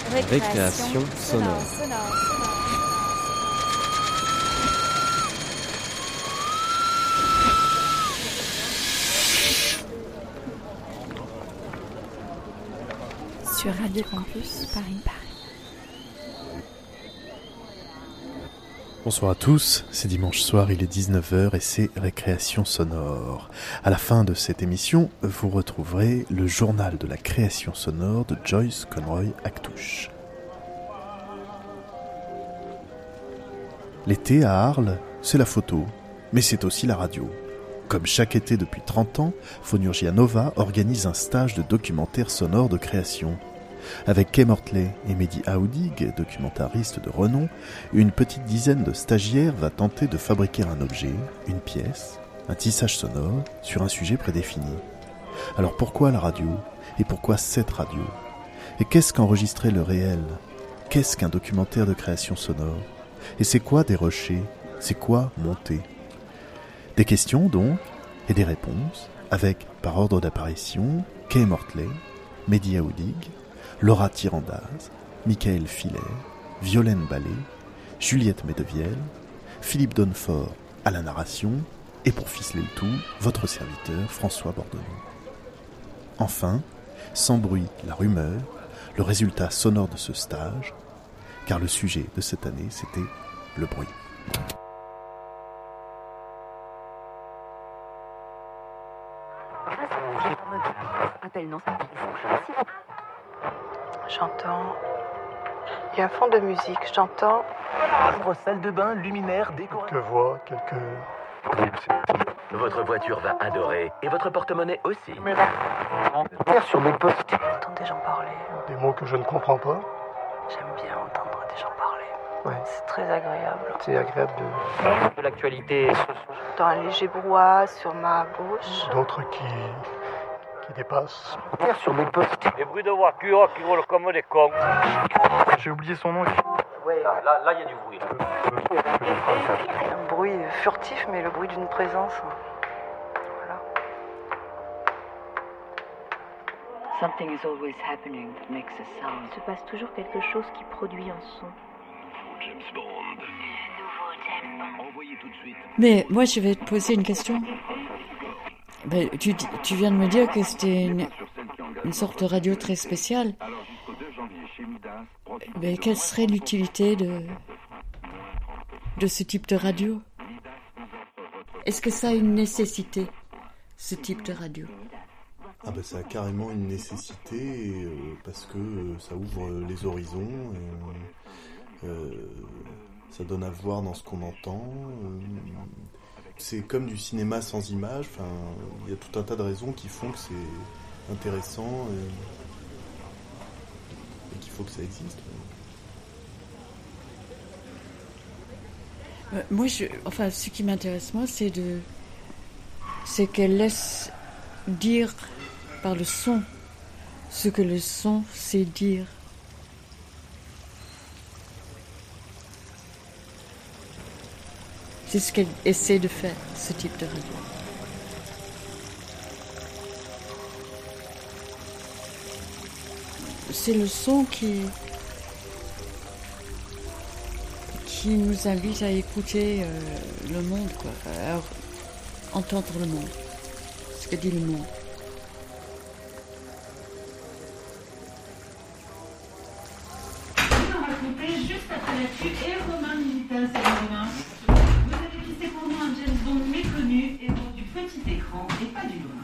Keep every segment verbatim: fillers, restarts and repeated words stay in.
Récréation sonore. Sur Radio Campus Paris Paris. Bonsoir à tous, c'est dimanche soir, il est dix-neuf heures et c'est Récréation sonore. À la fin de cette émission, vous retrouverez le journal de la création sonore de Joyce Conroy Actouche. L'été à Arles, c'est la photo, mais c'est aussi la radio. Comme chaque été depuis trente ans, Phonurgia Nova organise un stage de documentaire sonore de création. Avec Kay Mortley et Mehdi Aoudig, documentaristes de renom, une petite dizaine de stagiaires va tenter de fabriquer un objet, une pièce, un tissage sonore sur un sujet prédéfini. Alors pourquoi la radio ? Et pourquoi cette radio ? Et qu'est-ce qu'enregistrer le réel ? Qu'est-ce qu'un documentaire de création sonore ? Et c'est quoi dérocher ? C'est quoi monter ? Des questions donc, et des réponses, avec, par ordre d'apparition, Kay Mortley, Mehdi Aoudig, Laura Tirandaz, Michael Filet, Violaine Ballet, Juliette Medevielle, Philippe Donnefort à la narration, et pour ficeler le tout, votre serviteur François Bordonneau. Enfin, sans bruit, la rumeur, le résultat sonore de ce stage, car le sujet de cette année, c'était le bruit. J'entends. Il y a un fond de musique, j'entends. Salle de bain, luminaire, décoration. Quelques voix, quelques. Votre voiture va adorer et votre porte-monnaie aussi. Sur des postes. J'entends des gens parler. Des mots que je ne comprends pas. J'aime bien entendre des gens parler. Ouais. C'est très agréable. C'est agréable de. De l'actualité. J'entends un léger brouhaha sur ma gauche. D'autres qui. qui dépassent. Sur des postes. Les bruits de voitures qui roulent comme des cons. J'ai oublié son nom. Ouais, là, là, là, il y a du bruit. Un bruit furtif, mais le bruit d'une présence. Voilà. Something is always happening that makes a sound. Il se passe toujours quelque chose qui produit un son. James Bond. Envoyez tout de suite. Mais moi, je vais te poser une question. Ben, tu, tu viens de me dire que c'était une, une sorte de radio très spéciale. Mais quelle serait l'utilité de, de ce type de radio ? Est-ce que ça a une nécessité, ce type de radio ? Ah ben ça a carrément une nécessité euh, parce que euh, ça ouvre euh, les horizons, et, euh, ça donne à voir dans ce qu'on entend. Euh, c'est comme du cinéma sans image. Enfin, il y a tout un tas de raisons qui font que c'est intéressant et, et qu'il faut que ça existe. Euh, moi, je, enfin, ce qui m'intéresse moi, c'est de, c'est qu'elle laisse dire par le son ce que le son sait dire. C'est ce qu'elle essaie de faire, ce type de radio. C'est le son qui, qui nous invite à écouter euh, le monde, quoi. Alors, entendre le monde, ce que dit le monde. On va raconter juste après là-dessus et Romain Militas et Romain. Vous avez pissé pour nous un James Bond méconnu et pour du petit écran et pas du loin.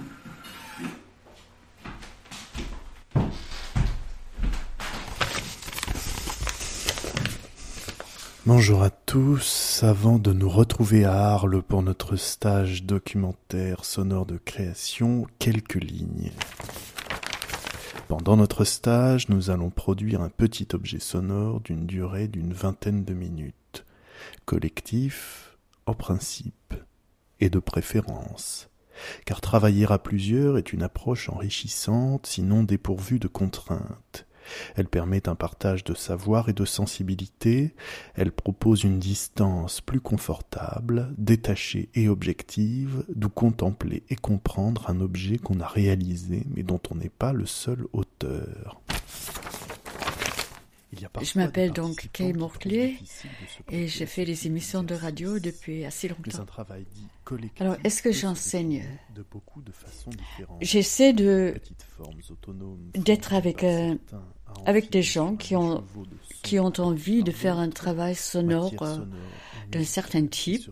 Bonjour à tous, avant de nous retrouver à Arles pour notre stage documentaire sonore de création, quelques lignes. Pendant notre stage, nous allons produire un petit objet sonore d'une durée d'une vingtaine de minutes. Collectif, en principe, et de préférence. Car travailler à plusieurs est une approche enrichissante, sinon dépourvue de contraintes. Elle permet un partage de savoir et de sensibilité, elle propose une distance plus confortable, détachée et objective, d'où contempler et comprendre un objet qu'on a réalisé mais dont on n'est pas le seul auteur. Je m'appelle donc Kay Mortley et je fais des émissions de radio depuis assez longtemps. Alors, est-ce que j'enseigne ? J'essaie de, d'être avec, euh, avec des gens qui ont, qui ont envie de faire un travail sonore euh, d'un certain type.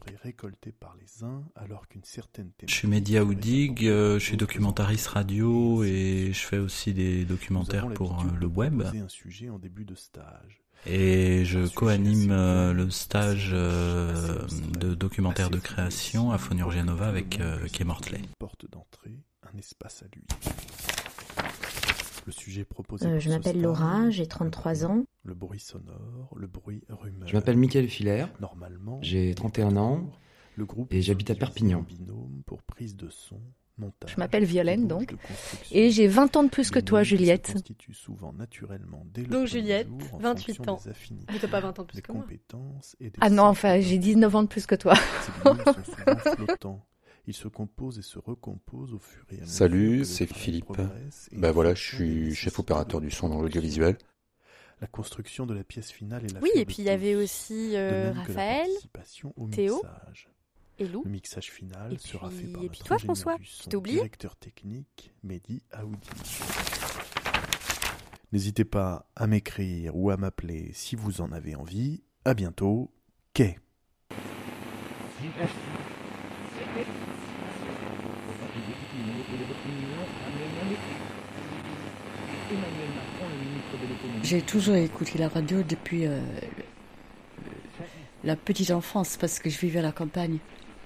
Je suis Média Oudig, euh, je suis documentariste radio et je fais aussi des documentaires pour euh, le web. Et je co-anime euh, le stage euh, de documentaire de création à Fonurgia Nova avec euh, Kay Mortley. Le sujet proposé euh, je m'appelle Laura, j'ai trente-trois ans. Le bruit sonore, le bruit rumeur. Je m'appelle Mickaël Filaire, j'ai trente et un ans le groupe et j'habite à Perpignan. Pour prise de son, montage, je m'appelle Violaine donc, et j'ai vingt ans de plus que toi Juliette. Donc Juliette, vingt-huit ans. Mais t'as pas vingt ans de plus que moi. Ah non, enfin j'ai dix-neuf ans de plus que toi. Il se compose et se recompose au fur et à mesure. Salut, c'est Philippe. Ben voilà, je suis chef opérateur du son dans l'audiovisuel. La construction de la pièce finale et la Oui, et puis il y avait aussi euh, Raphaël, Théo et Lou. Le mixage final et puis, sera fait par et puis toi François, tu t'es oublié ? Directeur technique, Mehdi Aoudi. N'hésitez pas à m'écrire ou à m'appeler si vous en avez envie. À bientôt, Kay. J'ai toujours écouté la radio depuis euh, la petite enfance parce que je vivais à la campagne.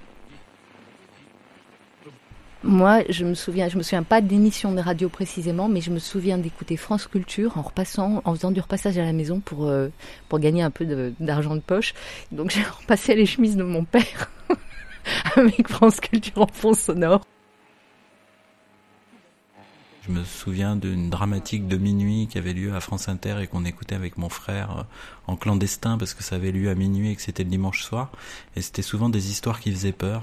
Moi, je me souviens, je me souviens pas d'émission de radio précisément, mais je me souviens d'écouter France Culture en repassant, en faisant du repassage à la maison pour euh, pour gagner un peu de, d'argent de poche. Donc j'ai repassé les chemises de mon père avec France Culture en fond sonore. Je me souviens d'une dramatique de minuit qui avait lieu à France Inter et qu'on écoutait avec mon frère en clandestin parce que ça avait lieu à minuit et que c'était le dimanche soir. Et c'était souvent des histoires qui faisaient peur.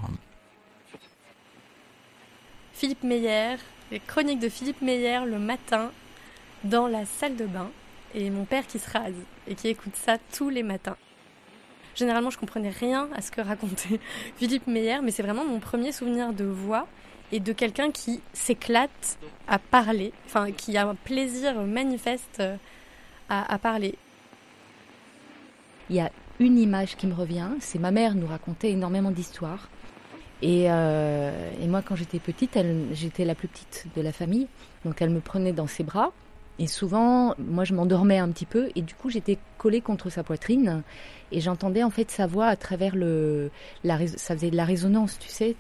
Philippe Meyer, les chroniques de Philippe Meyer le matin dans la salle de bain. Et mon père qui se rase et qui écoute ça tous les matins. Généralement, je comprenais rien à ce que racontait Philippe Meyer, mais c'est vraiment mon premier souvenir de voix et de quelqu'un qui s'éclate à parler, enfin qui a un plaisir manifeste à, à parler. Il y a une image qui me revient, c'est ma mère nous racontait énormément d'histoires. Et, euh, et moi, quand j'étais petite, elle, j'étais la plus petite de la famille, donc elle me prenait dans ses bras. Et souvent, moi, je m'endormais un petit peu, et du coup, j'étais collée contre sa poitrine, et j'entendais en fait sa voix à travers le, la, ça faisait de la résonance, tu sais.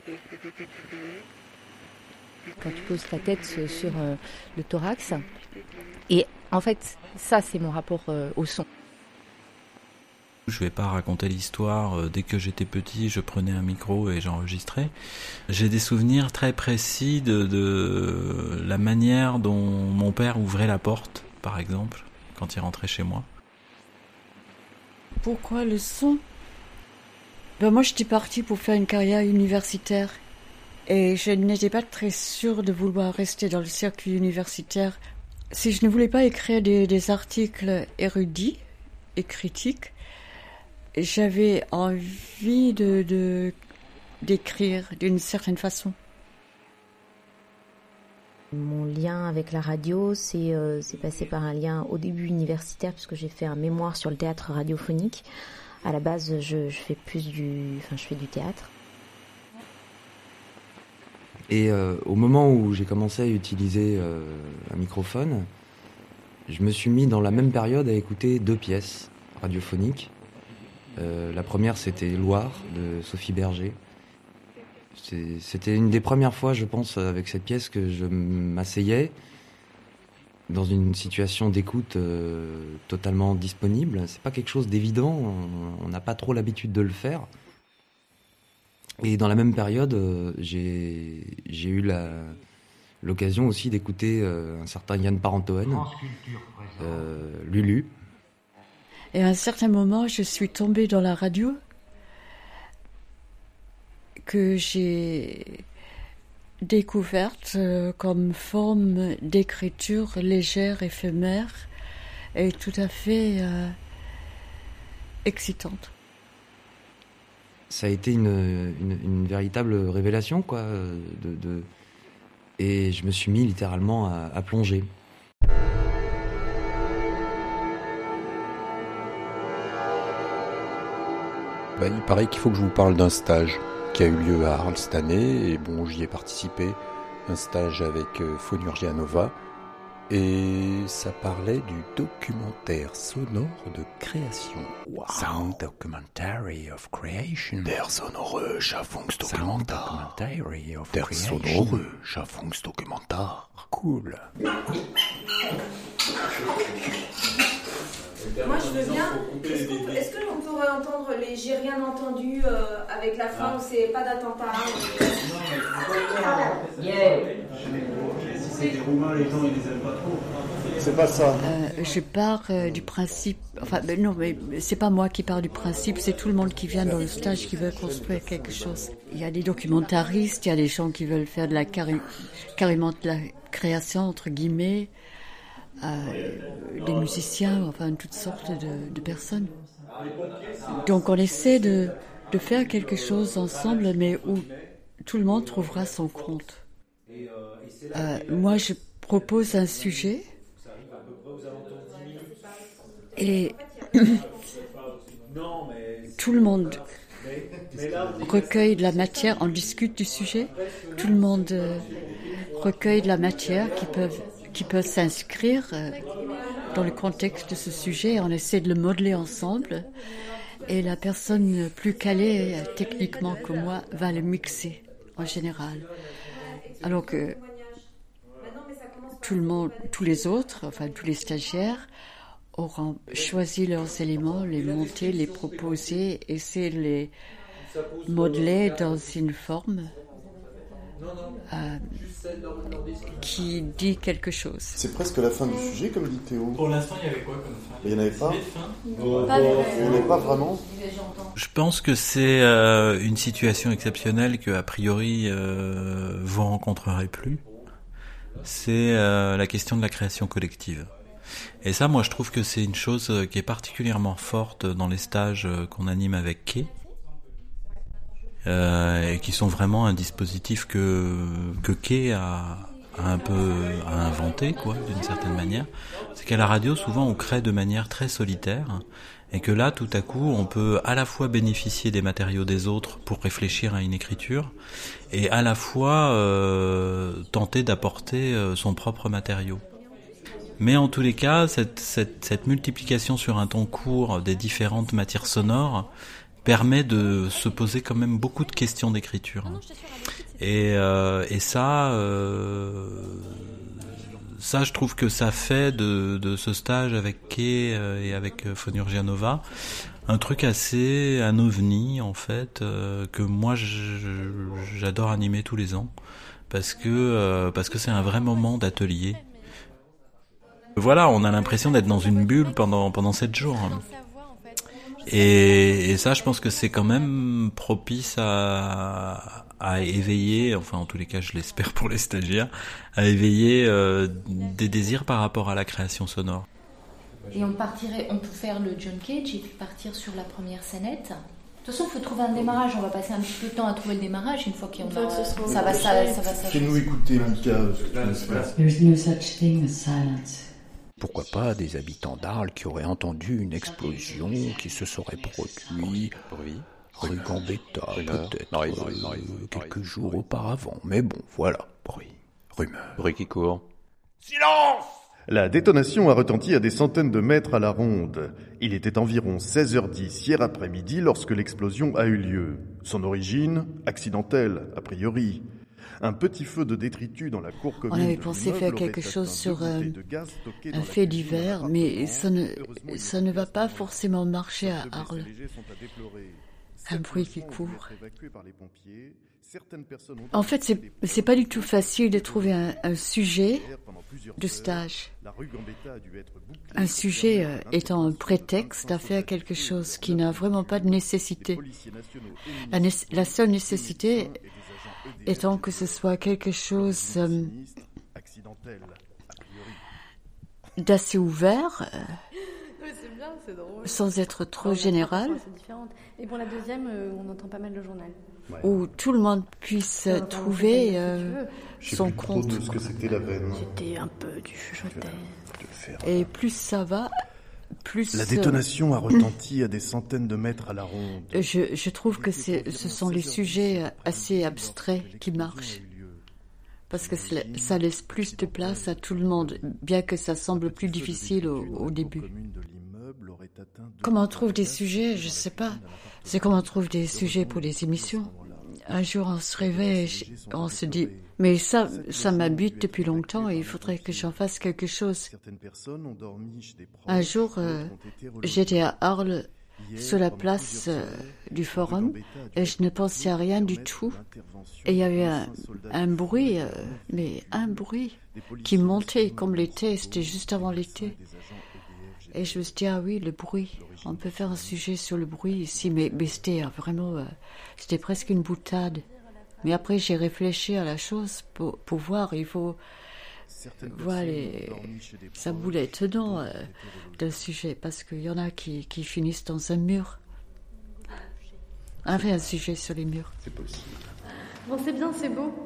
Quand tu poses ta tête sur euh, le thorax, et en fait, ça, c'est mon rapport euh, au son. Je vais pas raconter l'histoire. Dès que j'étais petit, je prenais un micro et j'enregistrais. J'ai des souvenirs très précis de, de la manière dont mon père ouvrait la porte, par exemple, quand il rentrait chez moi. Pourquoi le son ? Ben moi, j'étais partie pour faire une carrière universitaire. Et je n'étais pas très sûre de vouloir rester dans le circuit universitaire. Si je ne voulais pas écrire des, des articles érudits et critiques, j'avais envie de, de, d'écrire d'une certaine façon. Mon lien avec la radio, c'est, euh, c'est passé par un lien au début universitaire, puisque j'ai fait un mémoire sur le théâtre radiophonique. À la base, je, je fais plus du, enfin, je fais du théâtre. Et euh, au moment où j'ai commencé à utiliser euh, un microphone, je me suis mis dans la même période à écouter deux pièces radiophoniques. Euh, la première, c'était Loire de Sophie Berger. C'est, c'était une des premières fois, je pense, avec cette pièce que je m'asseyais dans une situation d'écoute euh, totalement disponible. C'est pas quelque chose d'évident, on n'a pas trop l'habitude de le faire. Et dans la même période, euh, j'ai, j'ai eu la, l'occasion aussi d'écouter euh, un certain Yann Parentoen, euh, Lulu. Et à un certain moment, je suis tombée dans la radio que j'ai découverte comme forme d'écriture légère, éphémère, est tout à fait euh, excitante. Ça a été une, une, une véritable révélation, quoi. De, de... Et je me suis mis littéralement à, à plonger. Ben, il paraît qu'il faut que je vous parle d'un stage qui a eu lieu à Arles cette année, et bon, j'y ai participé, un stage avec euh, Phonurgia Nova, et ça parlait du documentaire sonore de création. Wow. Sound Documentary of Creation. Der sonore Schaffungsdokumentar. Documentary of Der creation. sonore Schaffungsdokumentar. Cool. Moi je veux bien. Est-ce qu'on, est-ce que l'on pourrait entendre les j'ai rien entendu euh, avec la fin où c'est pas d'attentat euh... Yeah. C'est des Roumains, les gens ils les aiment pas trop. C'est pas ça. Euh, je pars euh, du principe. Enfin, ben non, mais c'est pas moi qui pars du principe, c'est tout le monde qui vient dans le stage qui veut construire quelque chose. Il y a des documentaristes, il y a des gens qui veulent faire de la carré... carrément de la création entre guillemets. Euh, des musiciens, enfin toutes sortes de, de personnes. Donc on essaie de, de faire quelque chose ensemble, mais où tout le monde trouvera son compte. Euh, moi, je propose un sujet et tout le monde recueille de la matière, on discute du sujet, tout le monde euh, recueille de la matière qui peuvent qui peuvent s'inscrire dans le contexte de ce sujet. On essaie de le modeler ensemble et la personne plus calée techniquement que moi va le mixer en général. Alors que tout le monde, tous les autres, enfin tous les stagiaires auront choisi leurs éléments, les monter, les proposer, essayer de les modeler dans une forme Euh, qui dit quelque chose. C'est presque la fin du sujet, comme dit Théo. Pour l'instant, il y avait quoi comme fin ? Il n'y en avait pas. Il n'y en avait pas vraiment. Je pense que c'est euh, une situation exceptionnelle que a priori euh, vous rencontrerez plus. C'est euh, la question de la création collective. Et ça, moi, je trouve que c'est une chose qui est particulièrement forte dans les stages qu'on anime avec Kay. Euh, et qui sont vraiment un dispositif que que Kay a, a un peu a inventé, quoi, d'une certaine manière. C'est qu'à la radio, souvent, on crée de manière très solitaire, et que là, tout à coup, on peut à la fois bénéficier des matériaux des autres pour réfléchir à une écriture, et à la fois euh, tenter d'apporter euh, son propre matériau. Mais en tous les cas, cette, cette, cette multiplication sur un temps court des différentes matières sonores permet de se poser quand même beaucoup de questions d'écriture. Et, euh, et ça, euh, ça, je trouve que ça fait de, de ce stage avec Kay et avec Phonurgia Nova un truc assez, un ovni en fait, euh, que moi je, j'adore animer tous les ans parce que euh, parce que c'est un vrai moment d'atelier. Voilà, on a l'impression d'être dans une bulle pendant pendant sept jours. Et, et ça, je pense que c'est quand même propice à, à éveiller, enfin en tous les cas je l'espère pour les stagiaires, à éveiller euh, des désirs par rapport à la création sonore. Et on partirait, on peut faire le John Cage et puis partir sur la première scénette. De toute façon, il faut trouver un démarrage. On va passer un petit peu de temps à trouver le démarrage. Une fois qu'on a, ça va, ça, ça va s'achever. Fais-nous écouter, Mika. There's no such thing as silence. Pourquoi pas des habitants d'Arles qui auraient entendu une explosion qui se serait produite rue Gambetta, peut-être euh, quelques jours auparavant. Mais bon, voilà, bruit, rumeur. Bruit qui court. Silence ! La détonation a retenti à des centaines de mètres à la ronde. Il était environ seize heures dix hier après-midi lorsque l'explosion a eu lieu. Son origine, accidentelle, a priori. Un petit feu de détritus dans la cour commune. On avait pensé faire quelque chose sur euh, un fait divers, mais ça ne, ça ne va pas forcément marcher à Arles. Un bruit qui court. En fait, c'est, c'est pas du tout facile de trouver un, un sujet de stage. Un sujet euh, étant un prétexte à faire quelque chose qui n'a vraiment pas de nécessité. La, né- la seule nécessité étant que ce soit quelque chose euh, d'assez ouvert, euh, oui, c'est bien, c'est drôle. Sans être trop Non, général. c'est différent. Et pour la deuxième, euh, on entend pas mal le journal. Ouais. Où tout le monde puisse euh, trouver euh, son compte. De ce que c'était la veine. C'était un peu du chuchotais. Et plus ça va, plus... La détonation a retenti à des centaines de mètres à la ronde. Je, je trouve que c'est, ce sont les sujets assez abstraits qui marchent. Parce que ça laisse plus de place à tout le monde, bien que ça semble plus difficile au, au début. Comment on trouve des sujets, je sais pas. C'est comme on trouve des sujets pour les émissions. Un jour, on se réveille, on se dit, mais ça, ça m'habite depuis longtemps et il faudrait que j'en fasse quelque chose. Un jour, euh, j'étais à Arles, sur la place euh, du Forum, et je ne pensais à rien du tout. Et il y avait un, un bruit, euh, mais un bruit qui montait comme l'été, c'était juste avant l'été. Et je me suis dit, ah oui, le bruit, on peut faire un sujet sur le bruit ici, mais, mais c'était vraiment, euh, c'était presque une boutade. Mais après, j'ai réfléchi à la chose pour, pour voir, il faut voir les, sa boulette tenant euh, d'un sujet, parce qu'il y en a qui, qui finissent dans un mur. Un vrai un sujet sur les murs. C'est possible. Bon, c'est bien, c'est beau.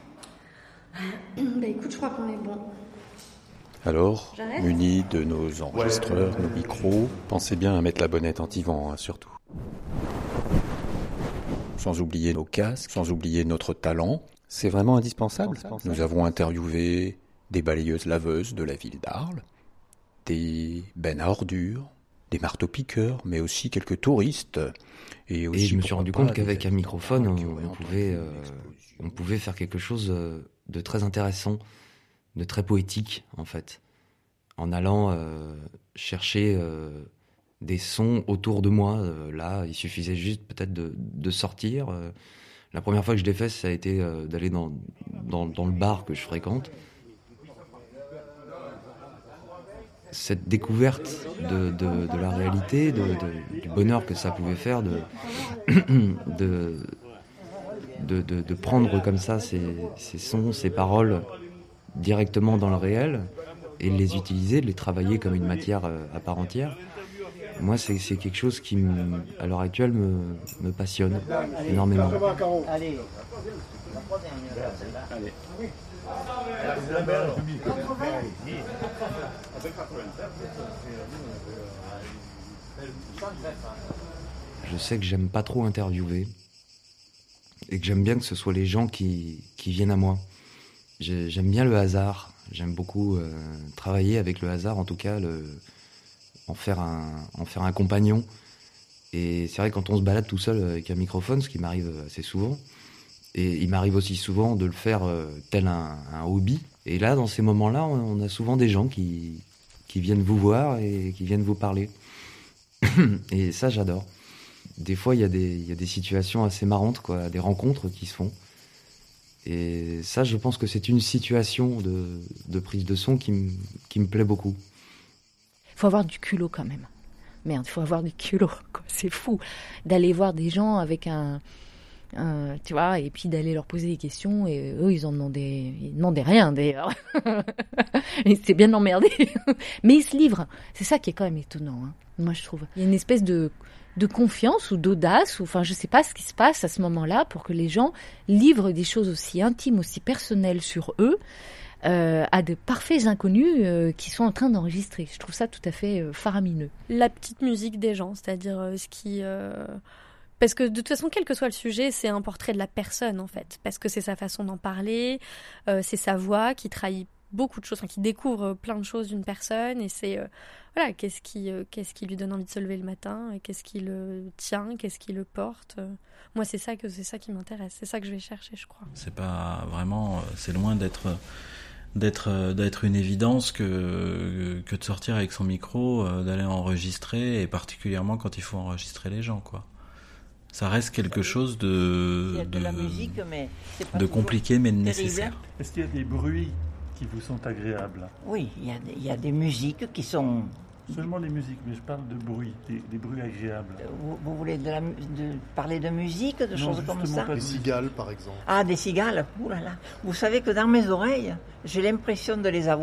Bah écoute, je crois qu'on est bon. Alors, J'arrête munis de nos enregistreurs, nos micros, pensez bien à mettre la bonnette anti-vent, hein, surtout. Sans oublier nos casques, sans oublier notre talent. C'est vraiment indispensable. indispensable. Nous avons interviewé des balayeuses laveuses de la ville d'Arles, des bennes à ordures, des marteaux-piqueurs, mais aussi quelques touristes. Et, aussi, et je me suis rendu compte qu'avec un microphone, on, on, pouvait, euh, on pouvait faire quelque chose de très intéressant, de très poétique, en fait, en allant euh, chercher euh, des sons autour de moi. Euh, là, il suffisait juste peut-être de, de sortir. Euh, la première fois que je l'ai fait, ça a été euh, d'aller dans, dans, dans le bar que je fréquente. Cette découverte de, de, de la réalité, de, de, du bonheur que ça pouvait faire, de, de, de, de, de prendre comme ça ces, ces sons, ces paroles directement dans le réel et de les utiliser, de les travailler comme une matière à part entière. Moi, c'est, c'est quelque chose qui, me, à l'heure actuelle, me, me passionne énormément. Allez. Allez. Je sais que j'aime pas trop interviewer et que j'aime bien que ce soit les gens qui, qui viennent à moi. J'aime bien le hasard, j'aime beaucoup euh, travailler avec le hasard, en tout cas le, en, faire un, en faire un compagnon. Et c'est vrai, quand on se balade tout seul avec un microphone, ce qui m'arrive assez souvent, et il m'arrive aussi souvent de le faire euh, tel un, un hobby. Et là, dans ces moments-là, on, on a souvent des gens qui, qui viennent vous voir et qui viennent vous parler. Et ça, j'adore. Des fois, il y a des, il y a des situations assez marrantes, quoi, des rencontres qui se font. Et ça, je pense que c'est une situation de, de prise de son qui, m, qui me plaît beaucoup. Il faut avoir du culot quand même. Merde, il faut avoir du culot, quoi. C'est fou d'aller voir des gens avec un... Euh, tu vois, et puis d'aller leur poser des questions, et eux ils en demandaient, ils demandaient rien d'ailleurs. Ils s'étaient bien emmerdés, mais ils se livrent. C'est ça qui est quand même étonnant, hein, moi je trouve. Il y a une espèce de de confiance ou d'audace, ou enfin je sais pas ce qui se passe à ce moment-là pour que les gens livrent des choses aussi intimes, aussi personnelles sur eux. Euh, à de parfaits inconnus euh, qui sont en train d'enregistrer. Je trouve ça tout à fait euh, faramineux. La petite musique des gens, c'est-à-dire euh, ce qui... Euh... Parce que de toute façon, quel que soit le sujet, c'est un portrait de la personne en fait. Parce que c'est sa façon d'en parler, euh, c'est sa voix qui trahit beaucoup de choses, enfin, qui découvre plein de choses d'une personne. Et c'est, euh, voilà, qu'est-ce qui, euh, qu'est-ce qui lui donne envie de se lever le matin, et qu'est-ce qui le tient, qu'est-ce qui le porte. Moi, c'est ça, que, c'est ça qui m'intéresse, c'est ça que je vais chercher, je crois. C'est pas vraiment... C'est loin d'être... D'être, d'être une évidence que, que de sortir avec son micro, d'aller enregistrer, et particulièrement quand il faut enregistrer les gens, quoi. Ça reste quelque chose de, de, de, la musique, mais c'est pas de compliqué mais de terrible. nécessaire. Est-ce qu'il y a des bruits qui vous sont agréables? Oui, il y, a des, il y a des musiques qui sont... Seulement les musiques, mais je parle de bruit, des, des bruits agréables. Vous, vous voulez de la, de parler de musique, de non, choses comme ça? Des cigales, par exemple. Ah, des cigales. Ouh là là. Vous savez que dans mes oreilles, j'ai l'impression de les avoir.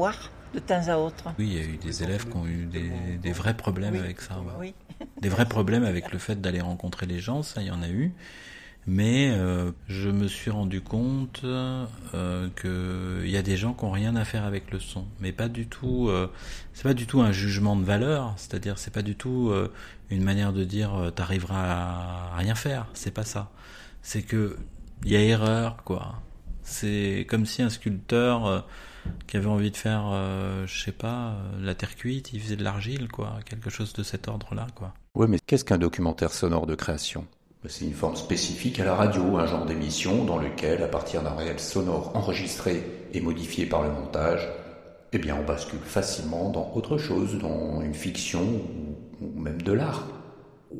de temps à autre. Oui, il y a eu des élèves qui ont eu des, des vrais problèmes oui. avec ça. Ouais. Oui. Des vrais problèmes avec le fait d'aller rencontrer les gens, ça il y en a eu. Mais euh, je me suis rendu compte euh, qu'il y a des gens qui n'ont rien à faire avec le son, mais pas du tout. Euh, c'est pas du tout un jugement de valeur, c'est-à-dire c'est pas du tout euh, une manière de dire euh, t'arriveras à rien faire. C'est pas ça. C'est que il y a erreur, quoi. C'est comme si un sculpteur euh, qui avait envie de faire, euh, je sais pas, euh, la terre cuite, il faisait de l'argile, quoi, quelque chose de cet ordre-là, quoi. Ouais, mais qu'est-ce qu'un documentaire sonore de création ? C'est une forme spécifique à la radio, un genre d'émission dans lequel, à partir d'un réel sonore enregistré et modifié par le montage, eh bien on bascule facilement dans autre chose, dans une fiction ou, ou même de l'art. Waouh !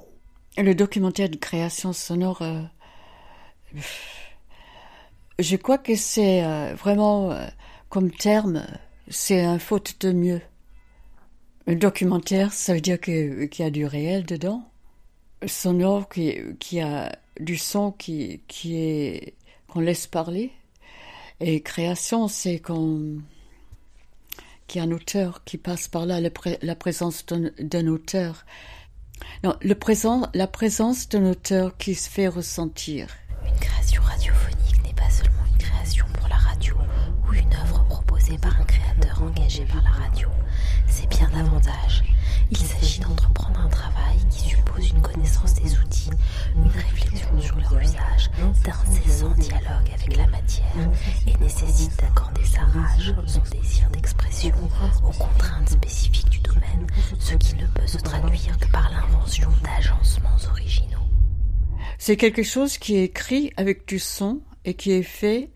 Le documentaire de création sonore, euh, je crois que c'est euh, vraiment, euh, comme terme, c'est un faute de mieux. Le documentaire, ça veut dire que, qu'il y a du réel dedans. Sonore qui, qui a du son qui, qui est, qu'on laisse parler. Et création, c'est qu'on, qu'il y a un auteur qui passe par là, la, pré, la présence d'un, d'un auteur. Non, le présent, la présence d'un auteur qui se fait ressentir. Une création radiophonique n'est pas seulement une création pour la radio ou une œuvre proposée par un créateur engagé par la radio. C'est bien davantage. Il s'agit d'entreprendre un travail qui suppose une connaissance des outils, une réflexion sur leur usage, d'incessant dialogue avec la matière et nécessite d'accorder sa rage, son désir d'expression aux contraintes spécifiques du domaine, ce qui ne peut se traduire que par l'invention d'agencements originaux. C'est quelque chose qui est écrit avec du son et qui est fait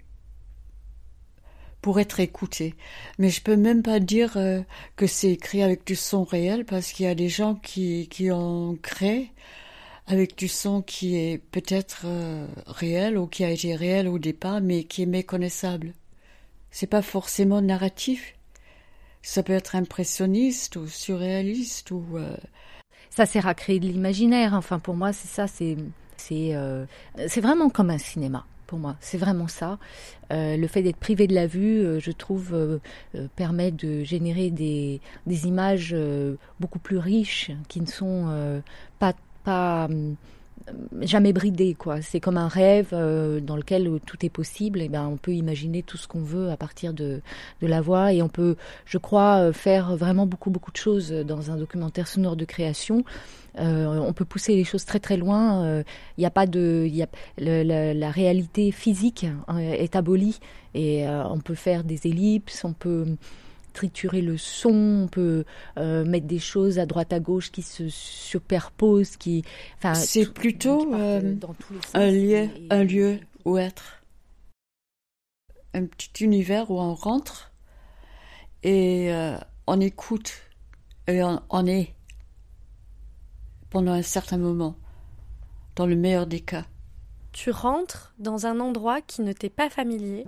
pour être écouté. Mais je peux même pas dire euh, que c'est écrit avec du son réel parce qu'il y a des gens qui, qui ont créé avec du son qui est peut-être euh, réel ou qui a été réel au départ mais qui est méconnaissable. C'est pas forcément narratif. Ça peut être impressionniste ou surréaliste ou... Euh... Ça sert à créer de l'imaginaire. Enfin, pour moi, c'est ça. C'est, c'est, euh, c'est vraiment comme un cinéma. Pour moi, c'est vraiment ça. Euh, le fait d'être privé de la vue, euh, je trouve, euh, euh, permet de générer des, des images euh, beaucoup plus riches, qui ne sont euh, pas, pas euh, jamais bridées, quoi. C'est comme un rêve euh, dans lequel tout est possible. Et ben, on peut imaginer tout ce qu'on veut à partir de, de la voix. Et on peut, je crois, faire vraiment beaucoup, beaucoup de choses dans un documentaire sonore de création. Euh, on peut pousser les choses très très loin. Il euh, n'y a pas de, y a, le, la, la réalité physique hein, est abolie et euh, on peut faire des ellipses, on peut triturer le son, on peut euh, mettre des choses à droite à gauche qui se superposent, qui. Enfin, c'est tout, plutôt euh, un lieu, et, un lieu où être, un petit univers où on rentre et euh, on écoute et on, on est. Pendant un certain moment, dans le meilleur des cas. Tu rentres dans un endroit qui ne t'est pas familier,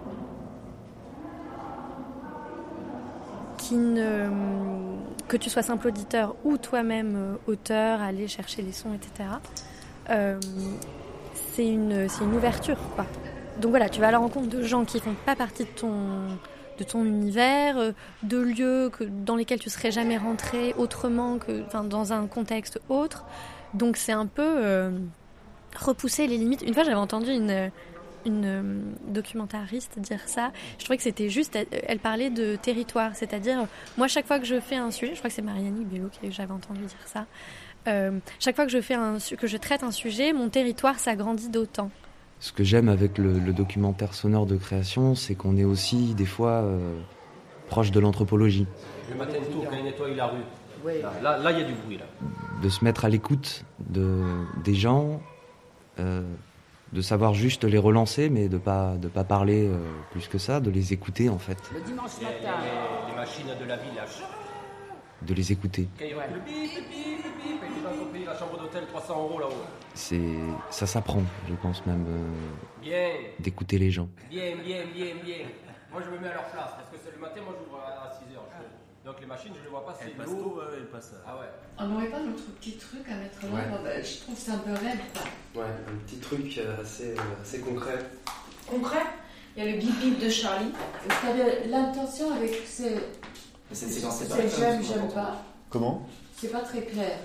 qui ne... que tu sois simple auditeur ou toi-même auteur, aller chercher les sons, et cetera. Euh, c'est une, c'est une ouverture, quoi. Donc voilà, tu vas à la rencontre de gens qui ne font pas partie de ton... de ton univers, de lieux que, dans lesquels tu serais jamais rentré autrement que enfin, dans un contexte autre. Donc c'est un peu euh, repousser les limites. Une fois j'avais entendu une, une euh, documentariste dire ça. Je trouvais que c'était juste, elle, elle parlait de territoire. C'est-à-dire, moi chaque fois que je fais un sujet, je crois que c'est Marianne Bello que j'avais entendu dire ça, euh, chaque fois que je, fais un, que je traite un sujet, mon territoire s'agrandit d'autant. Ce que j'aime avec le, le documentaire sonore de création, c'est qu'on est aussi, des fois, euh, proche de l'anthropologie. Le matin tout, quand il nettoie la rue, oui. là, là, il y a du bruit. Là. De se mettre à l'écoute de, des gens, euh, de savoir juste les relancer, mais de ne pas, de pas parler euh, plus que ça, de les écouter, en fait. Le dimanche matin. Les, les, les machines de la ville, là. De les écouter. Quand il ouais. Le bip, bip, bip, bip, et les gens sont payés la chambre d'hôtel trois cents euros là-haut. C'est, ça s'apprend, je pense même, euh, bien. D'écouter les gens. Bien, bien, bien, bien. Moi, je me mets à leur place, parce que c'est le matin, moi, j'ouvre à six heures. Donc, les machines, je ne les vois pas, c'est l'eau. Ouais, elle passe. Ah ouais. On n'aurait pas notre petit truc à mettre là, ouais. bah, je trouve que c'est un peu raide, quoi. Ouais, un petit truc assez, assez concret. Concret ? Il y a le bip bip de Charlie. C'est-à-dire l'intention avec ces... C'est une séquence séparée. C'est j'aime, j'aime pas. Comment? C'est pas très clair.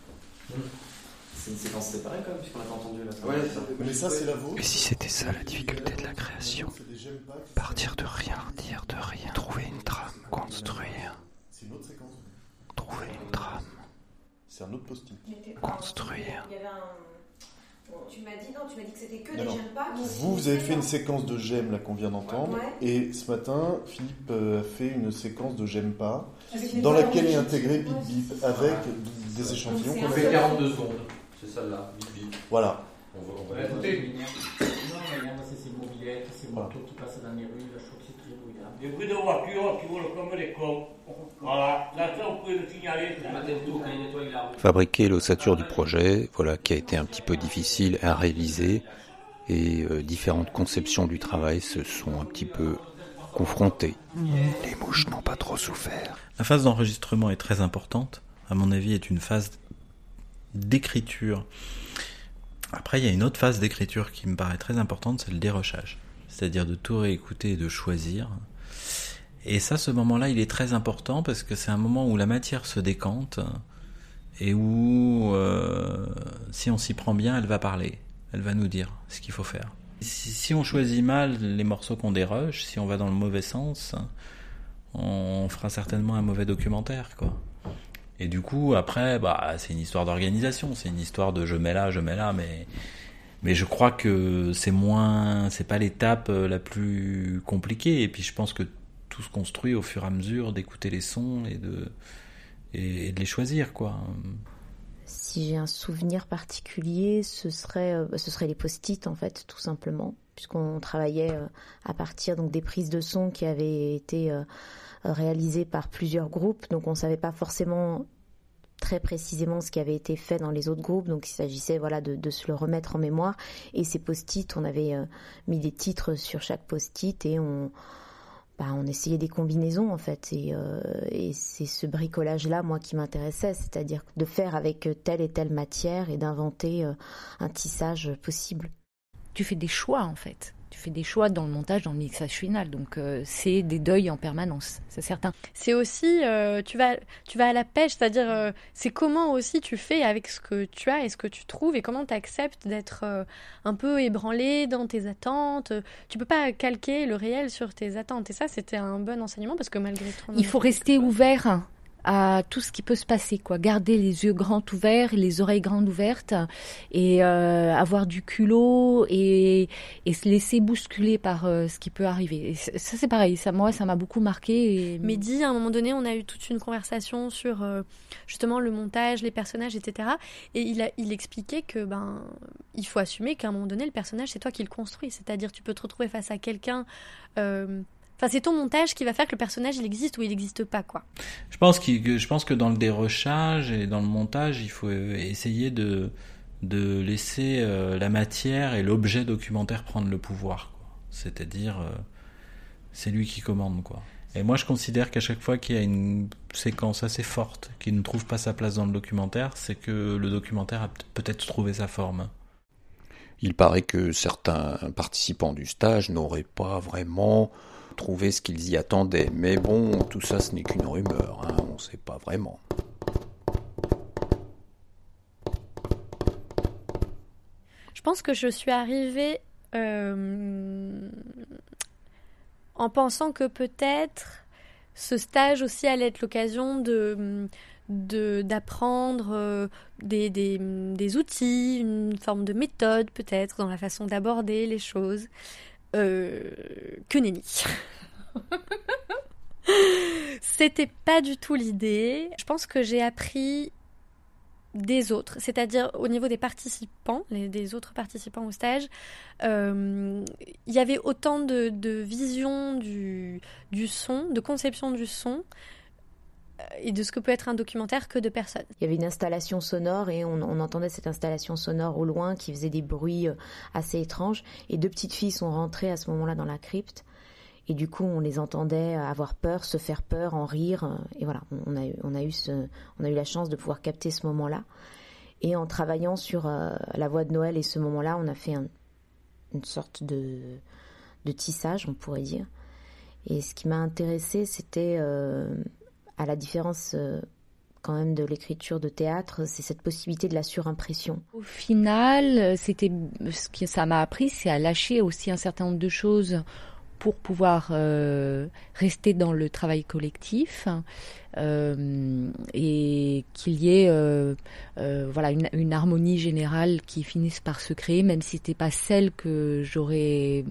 C'est une séquence séparée quand même, puisqu'on l'a pas entendu là. Ouais, ça. Mais ça, c'est la vôtre. Et si c'était ça la difficulté de la création? Partir de rien, dire de rien, trouver une trame, construire. C'est une autre séquence. Trouver une trame. C'est un autre post-it. Construire. Il y avait un... Tu m'as dit, non, tu m'as dit que c'était que Alors, des j'aime pas. Vous, vous avez fait une séquence de j'aime là qu'on vient d'entendre. Ouais. Et ce matin, Philippe a fait une séquence de j'aime pas, Avec dans les laquelle est paroles. intégré bip bip avec des échantillons. On fait quarante-deux secondes. C'est celle-là, bip bip. Voilà. On va, on va écouter. Non, mais là, c'est ces mobilettes, ces motos qui passent dans les rues, là, je trouve que c'est très bruyant. Des bruits de voitures qui volent comme des cons. Voilà, là, ça, vous pouvez le signaler. Fabriquer l'ossature du projet, voilà, qui a été un petit peu difficile à réaliser, et euh, différentes conceptions du travail se sont un petit peu confrontées. Les mouches n'ont pas trop souffert. La phase d'enregistrement est très importante, à mon avis, est une phase d'écriture. Après, il y a une autre phase d'écriture qui me paraît très importante, c'est le dérochage. C'est-à-dire de tout réécouter et de choisir. Et ça, ce moment-là, il est très important parce que c'est un moment où la matière se décante et où, euh, si on s'y prend bien, elle va parler. Elle va nous dire ce qu'il faut faire. Si, si on choisit mal les morceaux qu'on déroche, si on va dans le mauvais sens, on fera certainement un mauvais documentaire, quoi. Et du coup, après, bah, c'est une histoire d'organisation, c'est une histoire de je mets là, je mets là, mais, mais je crois que c'est moins, c'est pas l'étape la plus compliquée. Et puis je pense que tout se construit au fur et à mesure d'écouter les sons et de, et, et de les choisir, quoi. Si j'ai un souvenir particulier, ce serait, euh, ce serait les post-it, en fait, tout simplement, puisqu'on travaillait euh, à partir donc des prises de son qui avaient été euh, réalisées par plusieurs groupes, donc on savait pas forcément très précisément ce qui avait été fait dans les autres groupes, donc il s'agissait voilà de, de se le remettre en mémoire. Et ces post-it, on avait euh, mis des titres sur chaque post-it et on Bah, on essayait des combinaisons en fait, et, euh, et c'est ce bricolage-là, moi, qui m'intéressait, c'est-à-dire de faire avec telle et telle matière et d'inventer euh, un tissage possible. Tu fais des choix en fait, tu fais des choix dans le montage, dans le mixage final, donc euh, c'est des deuils en permanence, c'est certain. C'est aussi, euh, tu vas, tu vas à la pêche, c'est-à-dire euh, c'est comment aussi tu fais avec ce que tu as et ce que tu trouves, et comment tu acceptes d'être euh, un peu ébranlé dans tes attentes. Tu peux pas calquer le réel sur tes attentes, et ça c'était un bon enseignement parce que malgré tout... Il faut rester ouvert à tout ce qui peut se passer, quoi. Garder les yeux grands ouverts, les oreilles grandes ouvertes, et euh, avoir du culot et, et se laisser bousculer par euh, ce qui peut arriver. Et ça, c'est pareil. Ça, moi, ça m'a beaucoup marqué. Et... Mehdi, à un moment donné, on a eu toute une conversation sur euh, justement le montage, les personnages, et cetera. Et il a, il expliquait que ben, il faut assumer qu'à un moment donné, le personnage, c'est toi qui le construis. C'est-à-dire, tu peux te retrouver face à quelqu'un. Euh, Enfin, c'est ton montage qui va faire que le personnage il existe ou il n'existe pas, quoi. Je pense que je pense que dans le dérochage et dans le montage, il faut essayer de de laisser euh, la matière et l'objet documentaire prendre le pouvoir, quoi. C'est-à-dire euh, c'est lui qui commande, quoi. Et moi, je considère qu'à chaque fois qu'il y a une séquence assez forte qui ne trouve pas sa place dans le documentaire, c'est que le documentaire a peut-être trouvé sa forme. Il paraît que certains participants du stage n'auraient pas vraiment trouvé ce qu'ils y attendaient. Mais bon, tout ça, ce n'est qu'une rumeur, hein, on ne sait pas vraiment. Je pense que je suis arrivée euh, en pensant que peut-être ce stage aussi allait être l'occasion de... De, d'apprendre euh, des, des, des outils, une forme de méthode peut-être dans la façon d'aborder les choses, euh, que nenni. C'était pas du tout l'idée. Je pense que j'ai appris des autres, c'est-à-dire au niveau des participants, les, des autres participants au stage, euh, il y avait autant de, de vision du, du son, de conception du son, et de ce que peut être un documentaire que de personnes. Il y avait une installation sonore et on, on entendait cette installation sonore au loin qui faisait des bruits assez étranges, et deux petites filles sont rentrées à ce moment-là dans la crypte et du coup on les entendait avoir peur, se faire peur, en rire, et voilà, on a, on a, eu, ce, on a eu la chance de pouvoir capter ce moment-là. Et en travaillant sur euh, la voix de Noël et ce moment-là, on a fait un, une sorte de... de tissage, on pourrait dire. Et ce qui m'a intéressée, c'était, euh, à la différence euh, quand même de l'écriture de théâtre, c'est cette possibilité de la surimpression. Au final, c'était, ce que ça m'a appris, c'est à lâcher aussi un certain nombre de choses pour pouvoir euh, rester dans le travail collectif euh, et qu'il y ait euh, euh, voilà, une, une harmonie générale qui finisse par se créer, même si c'était pas celle que j'aurais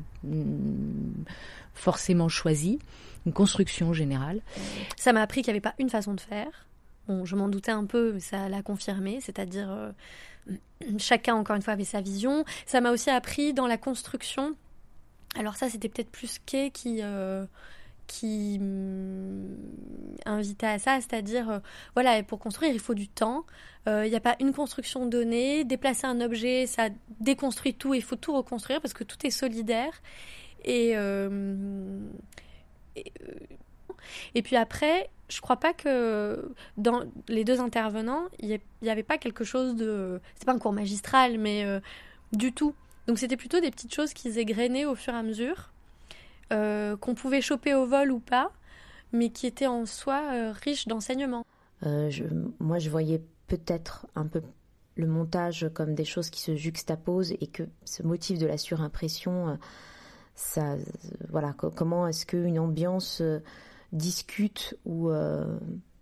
mm, forcément choisie, une construction générale. Ça m'a appris qu'il n'y avait pas une façon de faire. Bon, je m'en doutais un peu, mais ça l'a confirmé, c'est-à-dire euh, chacun, encore une fois, avait sa vision. Ça m'a aussi appris dans la construction. Alors ça, c'était peut-être plus Kay qui, euh, qui hum, invitait à ça, c'est-à-dire, euh, voilà, pour construire, il faut du temps. Il euh, n'y a pas une construction donnée. Déplacer un objet, ça déconstruit tout, il faut tout reconstruire parce que tout est solidaire. Et, euh, et, euh, et puis après, je crois pas que dans les deux intervenants, il n'y avait pas quelque chose de... C'est pas un cours magistral, mais euh, du tout. Donc c'était plutôt des petites choses qui s'égrenaient au fur et à mesure, euh, qu'on pouvait choper au vol ou pas, mais qui étaient en soi euh, riches d'enseignements. Euh, je, moi, je voyais peut-être un peu le montage comme des choses qui se juxtaposent et que ce motif de la surimpression, euh, ça, euh, voilà, co- comment est-ce qu'une ambiance euh, discute ou, euh,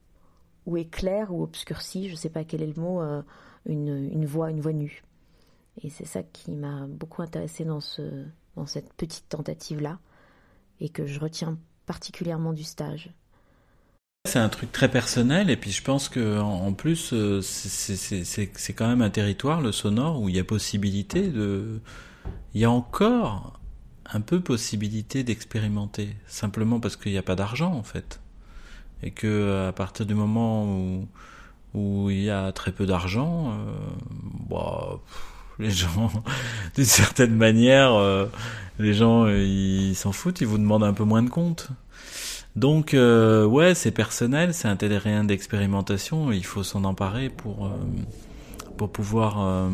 ou éclaire ou obscurcit, je ne sais pas quel est le mot, euh, une, une voix, une voix nue. Et c'est ça qui m'a beaucoup intéressée dans, ce, dans cette petite tentative-là et que je retiens particulièrement du stage. C'est un truc très personnel et puis je pense que en, en plus c'est, c'est, c'est, c'est quand même un territoire, le sonore, où il y a possibilité de... Il y a encore un peu possibilité d'expérimenter, simplement parce qu'il n'y a pas d'argent en fait. Et que à partir du moment où, où il y a très peu d'argent, euh, bah... Les gens, d'une certaine manière, euh, les gens, euh, ils s'en foutent, ils vous demandent un peu moins de comptes. Donc, euh, ouais, c'est personnel, c'est un terrain d'expérimentation, il faut s'en emparer pour, euh, pour pouvoir, euh,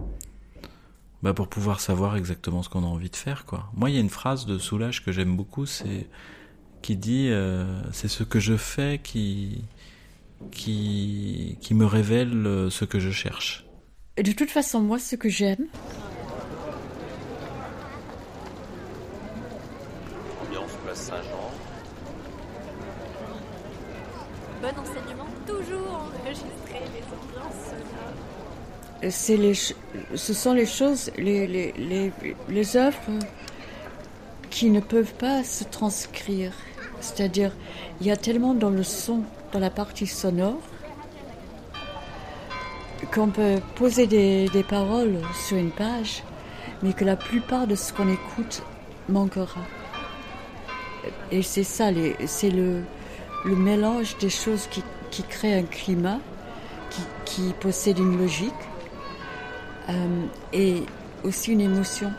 bah, pour pouvoir savoir exactement ce qu'on a envie de faire, quoi. Moi, il y a une phrase de Soulages que j'aime beaucoup, c'est, qui dit, euh, c'est ce que je fais qui, qui, qui me révèle ce que je cherche. Et de toute façon, moi, ce que j'aime... Ambiance place Saint-Jean. Bon enseignement, toujours enregistrer les ambiances sonores. C'est les, ce sont les choses, les, les, les, les œuvres qui ne peuvent pas se transcrire. C'est-à-dire, il y a tellement dans le son, dans la partie sonore, qu'on peut poser des, des paroles sur une page, mais que la plupart de ce qu'on écoute manquera. Et c'est ça, les, c'est le, le mélange des choses qui, qui crée un climat, qui, qui possède une logique, euh, et aussi une émotion.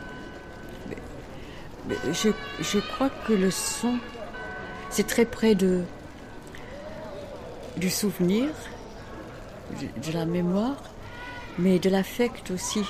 Je, je crois que le son, c'est très près de, du souvenir, de la mémoire, mais de l'affect aussi.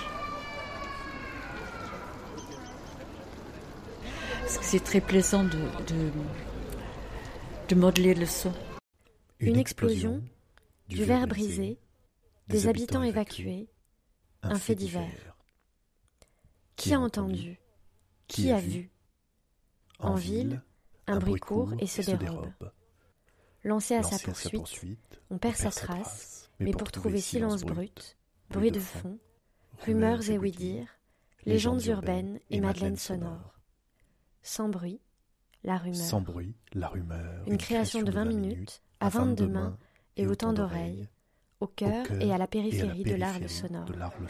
Parce que c'est très plaisant de, de, de modeler le son. Une, Une explosion, explosion, du verre brisé, des, des habitants évacués, un fait divers. Qui a entendu? Qui a vu? En ville, un bruit court et se dérobe. Lancé à sa poursuite, on perd sa trace. Mais pour trouver silence brut, bruit de fond, rumeurs et oui-dire, légendes urbaines et madeleines sonores. Sans bruit, la rumeur. Sans bruit, la rumeur. Une, Une création de vingt minutes, à vingt-deux mains et autant d'oreilles, au cœur et à la périphérie de l'art sonore.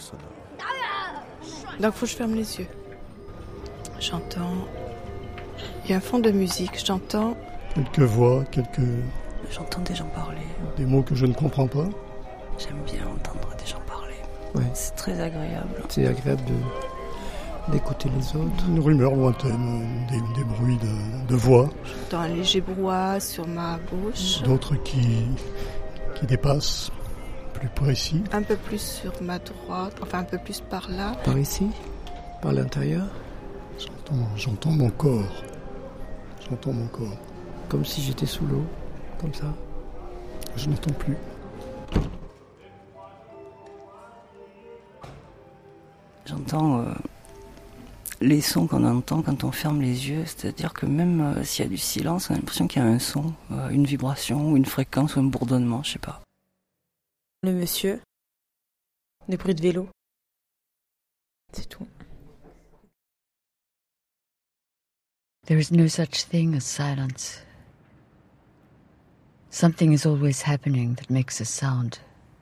Donc faut que je ferme les yeux. J'entends... Il y a un fond de musique, j'entends... Quelques voix, quelques... J'entends des gens parler. Des mots que je ne comprends pas. J'aime bien entendre des gens parler. Ouais. C'est très agréable. C'est agréable de, d'écouter les autres. Une rumeur lointaine, des, des bruits de, de voix. J'entends un léger brouhaha sur ma gauche. D'autres qui, qui dépassent, plus précis. Un peu plus sur ma droite, enfin un peu plus par là. Par ici? Par l'intérieur? J'entends, j'entends mon corps. J'entends mon corps. Comme si j'étais sous l'eau, comme ça. Je n'entends plus. J'entends euh, les sons qu'on entend quand on ferme les yeux, c'est-à-dire que même euh, s'il y a du silence, on a l'impression qu'il y a un son, euh, une vibration, ou une fréquence, ou un bourdonnement, je sais pas. Le monsieur, des bruits de vélo, c'est tout. There is no such thing as silence. Something is always happening that makes a sound.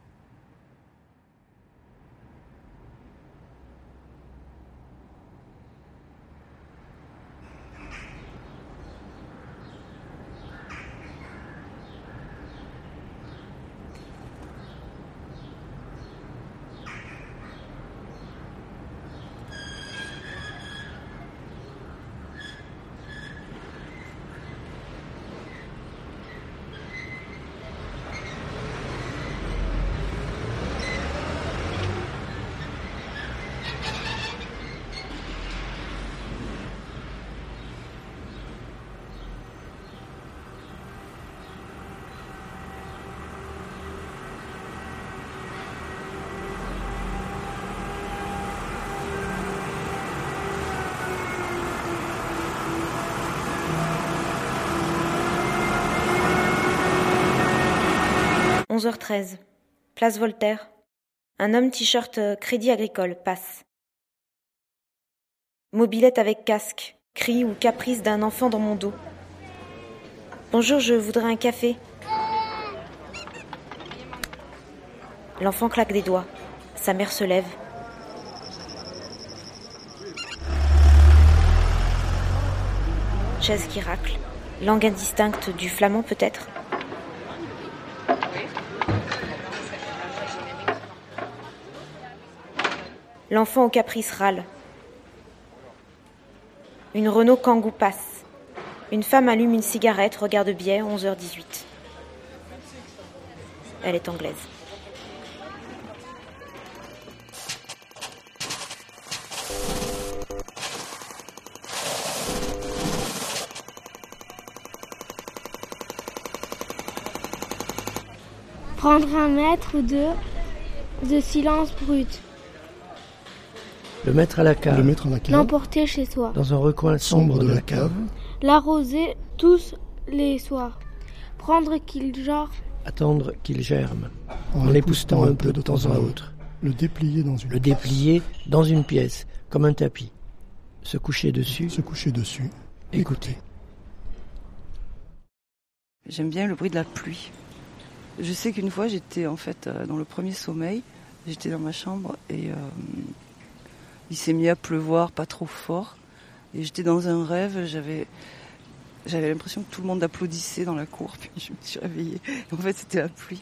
onze heures treize, place Voltaire. Un homme t-shirt Crédit Agricole passe. Mobilette avec casque, cri ou caprice d'un enfant dans mon dos. Bonjour, je voudrais un café. L'enfant claque des doigts. Sa mère se lève. Chaise qui racle. Langue indistincte du flamand peut-être. L'enfant au caprice râle. Une Renault Kangoo passe. Une femme allume une cigarette, regarde biais, onze heures dix-huit. Elle est anglaise. Prendre un mètre ou deux de silence brut. Le mettre à la cave. Le mettre à la cave. L'emporter chez soi. Dans un recoin sombre, sombre de, de la cave. L'arroser tous les soirs. Prendre qu'il genre. Attendre qu'il germe. En, en l'époussetant un peu de temps à autre. Le déplier dans une Le pièce. déplier dans une pièce, comme un tapis. Se coucher dessus. Se coucher dessus. Écouter. J'aime bien le bruit de la pluie. Je sais qu'une fois, j'étais en fait euh, dans le premier sommeil. J'étais dans ma chambre et... Euh, il s'est mis à pleuvoir, pas trop fort. Et j'étais dans un rêve, j'avais, j'avais l'impression que tout le monde applaudissait dans la cour. Puis je me suis réveillée. Et en fait, c'était la pluie.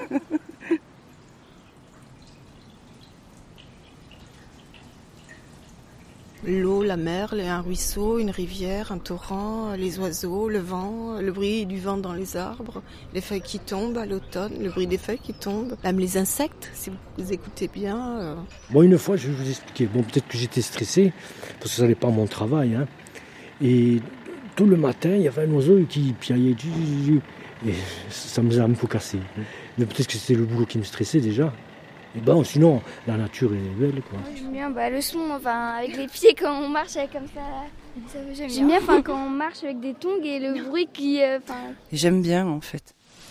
L'eau, la mer, un ruisseau, une rivière, un torrent, les oiseaux, le vent, le bruit du vent dans les arbres, les feuilles qui tombent à l'automne, le bruit des feuilles qui tombent, même les insectes, si vous écoutez bien. Euh... Bon, une fois, je vais vous expliquer. Bon, peut-être que j'étais stressé, parce que ça n'est pas mon travail. Hein. Et tout le matin, il y avait un oiseau qui piaillait. Et ça me faisait un peu casser. Mais peut-être que c'était le boulot qui me stressait déjà. Et bon, sinon, la nature est belle, quoi. Ouais, j'aime bien bah, le son, enfin, avec les pieds quand on marche comme ça. ça j'aime, j'aime bien, bien quand on marche avec des tongs et le bruit qui... Euh, j'aime bien, en fait.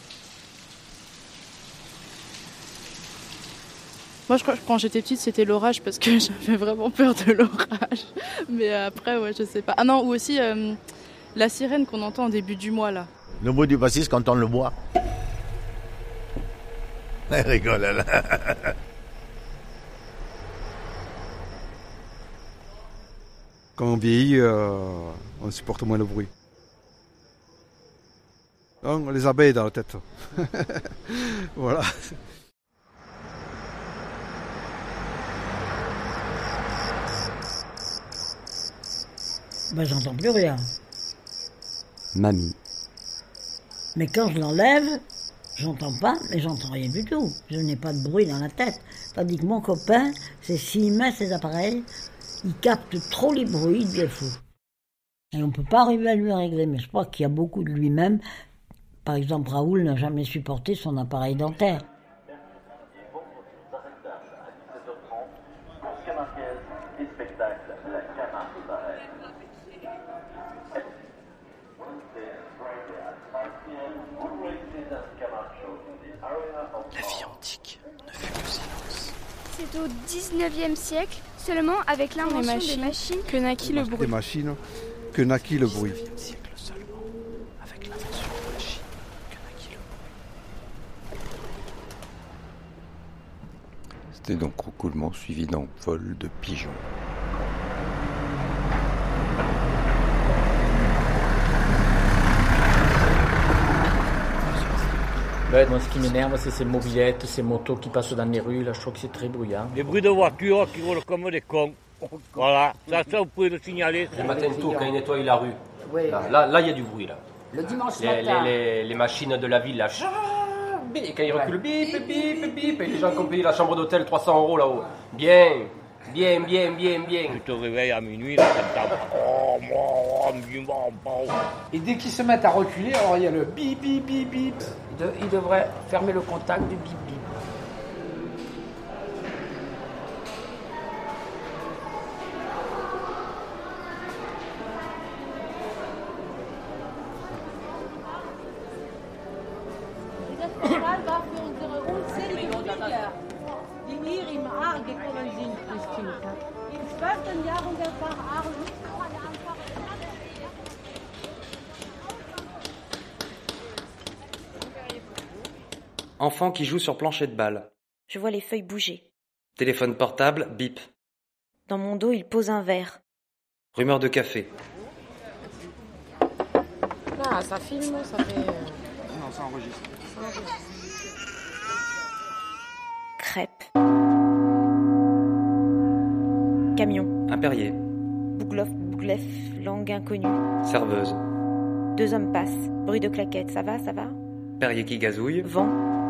Moi, je crois que quand j'étais petite, c'était l'orage parce que j'avais vraiment peur de l'orage. Mais après, ouais, je sais pas. Ah non, ou aussi euh, la sirène qu'on entend au début du mois, là. Le bruit du bassiste quand on le boit. Elle rigole, là. Quand on vieillit, euh, on supporte moins le bruit. Donc, les abeilles dans la tête. Voilà. Ben, j'entends plus rien. Mamie. Mais quand je l'enlève, j'entends pas, mais j'entends rien du tout. Je n'ai pas de bruit dans la tête. Tandis que mon copain, c'est s'il met ses appareils, Il capte trop les bruits, il devient fou. Et on ne peut pas arriver à lui régler, mais je crois qu'il y a beaucoup de lui-même. Par exemple, Raoul n'a jamais supporté son appareil dentaire. La vie antique ne fait que silence. C'est au dix-neuvième siècle, seulement avec l'invention des machines, des machines que naquit le bruit. Des machines que naquit le bruit. C'était donc roucoulement suivi d'un vol de pigeons. Ouais, moi, ce qui m'énerve, c'est ces mobilettes, ces motos qui passent dans les rues. Là, je trouve que c'est très bruyant. Les bruits de voitures qui roulent comme des cons. Voilà, ça, ça vous pouvez le signaler. Le matin tôt, quand ils nettoient la rue, oui. là, là, là, il y a du bruit. Là. Le dimanche les, matin. Les, les, les machines de la ville, là. Et quand ils reculent, bip, bip, bip, et les gens qui ont payé la chambre d'hôtel trois cents euros là-haut. Bien, bien, bien, bien, bien. Tu te réveilles à minuit, là, et dès qu'ils se mettent à reculer, alors il y a le bip, bip, bip, bip. De, ils devraient fermer le contact du bip, bip. Enfant qui joue sur plancher de balle. Je vois les feuilles bouger. Téléphone portable, bip. Dans mon dos, il pose un verre. Rumeur de café. Ah, ça filme, ça fait... Non, ça enregistre. Crêpe. Camion. Impérier. Bouglof, bouglef, langue inconnue. Serveuse. Deux hommes passent. Bruit de claquettes. Ça va, ça va? Perrier qui gazouille. Vent.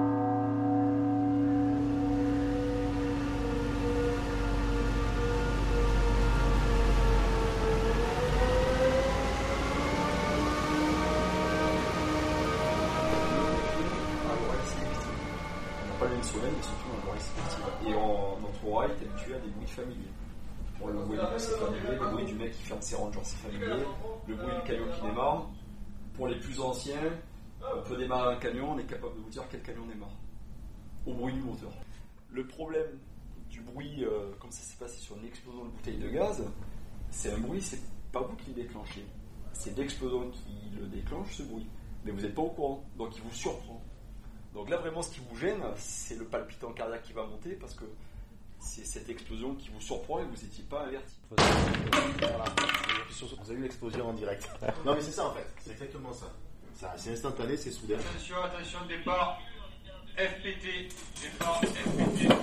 Mais surtout dans l'oreille sélective. Et en, notre oreille est habituée à des bruits familiers. Bon, le bruit du mec c'est familier, le bruit du mec qui ferme ses ranges c'est familier, le bruit du camion qui démarre. Pour les plus anciens, on peut démarrer un camion, on est capable de vous dire quel camion démarre. Au bruit du moteur. Le problème du bruit, euh, comme ça s'est passé sur une explosion de bouteille de gaz, c'est un bruit, c'est pas vous qui le déclenchez. C'est l'explosion qui le déclenche, ce bruit. Mais vous n'êtes pas au courant, donc il vous surprend. Donc là, vraiment, ce qui vous gêne, c'est le palpitant cardiaque qui va monter parce que c'est cette explosion qui vous surprend et vous n'étiez pas averti. Voilà. Vous avez eu l'explosion en direct. Non, mais c'est ça en fait, c'est exactement ça. ça c'est instantané, c'est soudain. Attention, attention, départ F P T. Départ F P T.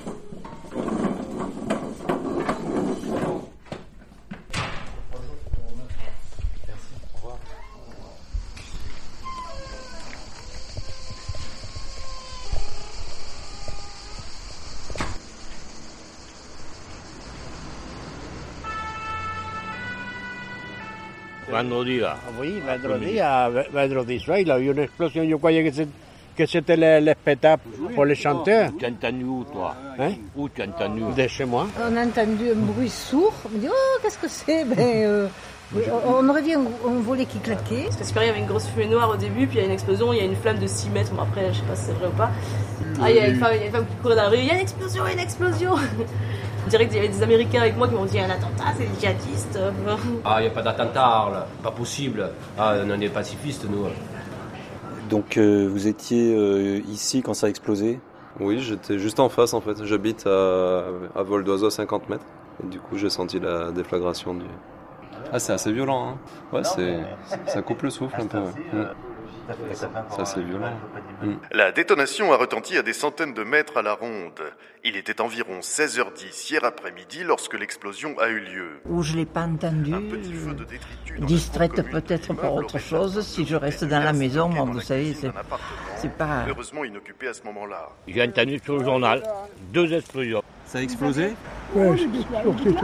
Vendredi là. Oui, vendredi, à, vendredi soir, il a eu une explosion. Je croyais que, c'est, que c'était le, le spectacle pour les chanteurs. Tu as entendu où, toi? Hein? Où tu as entendu? De chez moi. On a entendu un bruit sourd. On me dit, oh, qu'est-ce que c'est? Ben, euh, on aurait dit un, un volet qui claquait. Parce que c'est pareil, il y avait une grosse fumée noire au début, puis il y a une explosion, il y a une flamme de six mètres. Bon, après, je sais pas si c'est vrai ou pas. Ah, il y a une femme, il y a une femme qui courait dans la rue. Il y a une explosion, il y a une explosion. On dirait qu'il y avait des Américains avec moi qui m'ont dit un attentat, c'est des djihadistes. Ah, il n'y a pas d'attentat, là. Pas possible. Ah, on est pacifistes, nous. Donc, euh, vous étiez euh, ici quand ça a explosé? Oui, j'étais juste en face, en fait. J'habite à, à vol d'oiseau à cinquante mètres. Et du coup, j'ai senti la déflagration du... Ah, c'est assez violent, hein. Ouais, c'est, ça coupe le souffle un peu, ouais. Mmh. C'est assez violent. Mmh. La détonation a retenti à des centaines de mètres à la ronde. Il était environ seize heures dix hier après-midi lorsque l'explosion a eu lieu. Ou je ne l'ai pas entendu, distraite peut-être par autre chose. Si je reste dans la maison, moi, vous savez, c'est, c'est pas... Heureusement inoccupé à ce moment-là. J'ai entendu sur le journal deux explosions. Ça a explosé? Oui, c'est tout.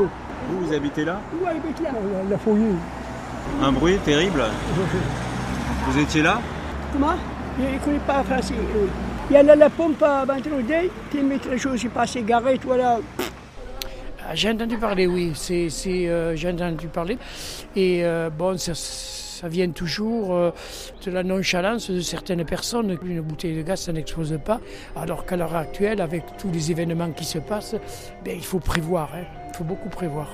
Vous, vous habitez là? Oui, j'habite là, la, la foyer. Un bruit terrible. Vous étiez là? Comment? Je ne connais pas français. Oui. Il y a la, la pompe à Ventrodé qui met les choses, c'est pas cigarette, voilà. J'ai entendu parler, oui. C'est, c'est, euh, j'ai entendu parler. Et euh, bon, ça, ça vient toujours euh, de la nonchalance de certaines personnes. Une bouteille de gaz, ça n'explose pas. Alors qu'à l'heure actuelle, avec tous les événements qui se passent, ben, il faut prévoir. Hein. Il faut beaucoup prévoir.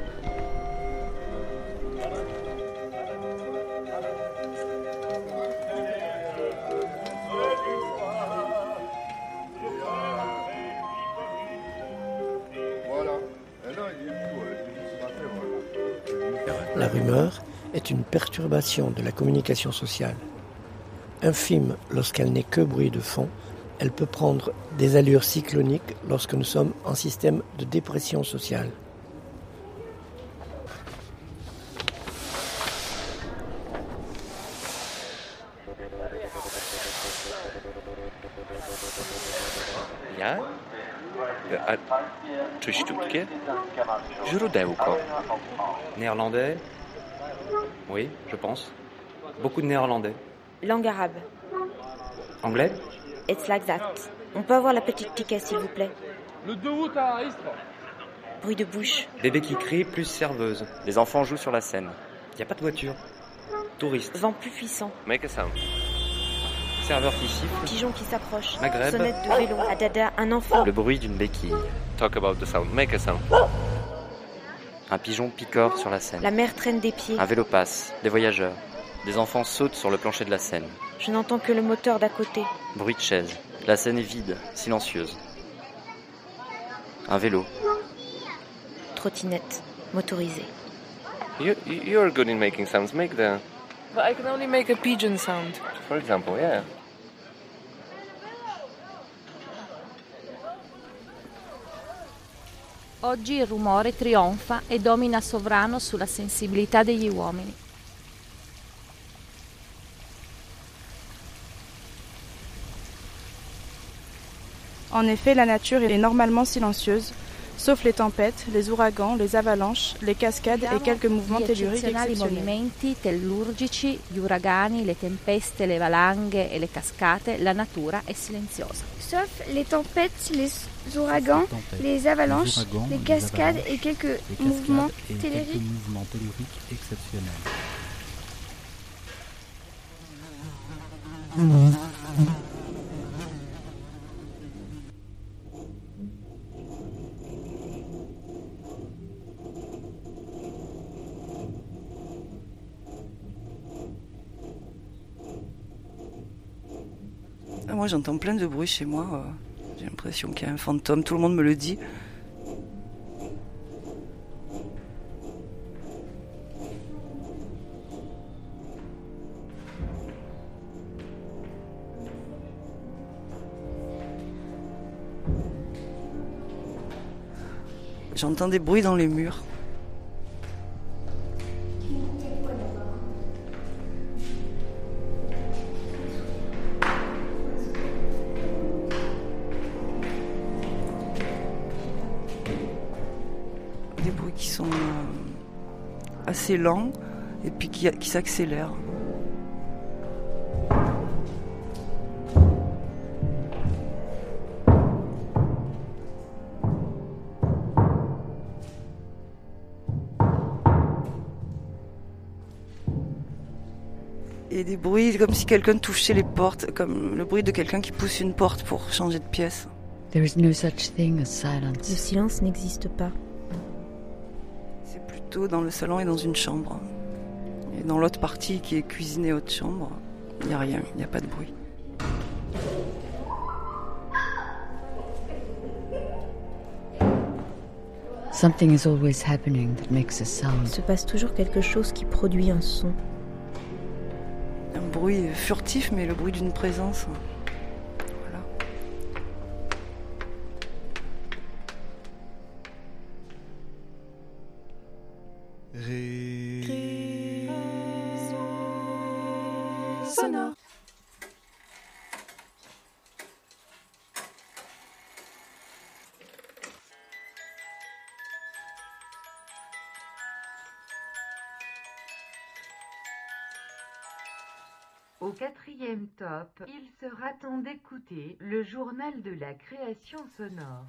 La rumeur est une perturbation de la communication sociale. Infime lorsqu'elle n'est que bruit de fond, elle peut prendre des allures cycloniques lorsque nous sommes en système de dépression sociale. Ja? A czy sztuczkę? Źródełko. Néerlandais? Oui, je pense. Beaucoup de néerlandais. Langue arabe. Anglais? It's like that. On peut avoir la petite ticket, s'il vous plaît. Le deux août à Istres. Bruit de bouche. Bébé qui crie plus serveuse. Les enfants jouent sur la scène. Il n'y a pas de voiture. Touriste. Vent plus puissant. Make a sound. Serveur qui siffle. Pigeon qui s'approche. Maghreb. Sonnette de vélo. À dada, un enfant. Le bruit d'une béquille. Talk about the sound. Make a sound. Un pigeon picore sur la Seine. La mer traîne des pieds. Un vélo passe. Des voyageurs. Des enfants sautent sur le plancher de la Seine. Je n'entends que le moteur d'à côté. Bruit de chaise. La Seine est vide, silencieuse. Un vélo. Trottinette. Motorisée. You, you're good in making sounds. Make the... But I can only make a pigeon sound. For example, yeah. Oggi il rumore trionfa e domina sovrano sulla sensibilità degli uomini. En effet, la nature est normalement silencieuse, sauf les tempêtes, les ouragans, les avalanches, les cascades e quelques mouvements telluriques eccezionali movimenti tellurgici, gli uragani, le tempeste, le valanghe e le cascate, la natura è silenziosa. Sauf les tempêtes, les ouragans, les avalanches, les, ouragans, les cascades les et quelques les cascades mouvements et telluriques. Quelques mouvements telluriques exceptionnels. Moi, j'entends plein de bruit chez moi. Euh, j'ai l'impression qu'il y a un fantôme. Tout le monde me le dit. J'entends des bruits dans les murs. Des bruits qui sont euh, assez lents et puis qui, qui s'accélèrent. Et des bruits comme si quelqu'un touchait les portes, comme le bruit de quelqu'un qui pousse une porte pour changer de pièce. There is no such thing as silence. Le silence n'existe pas. C'est plutôt dans le salon et dans une chambre. Et dans l'autre partie qui est cuisine et haute chambre, il n'y a rien, il n'y a pas de bruit. Something is always happening that makes a sound. Il se passe toujours quelque chose qui produit un son. Un bruit furtif, mais le bruit d'une présence. Voilà. Ré... Sonore. Au quatrième top, il sera temps d'écouter le journal de la création sonore.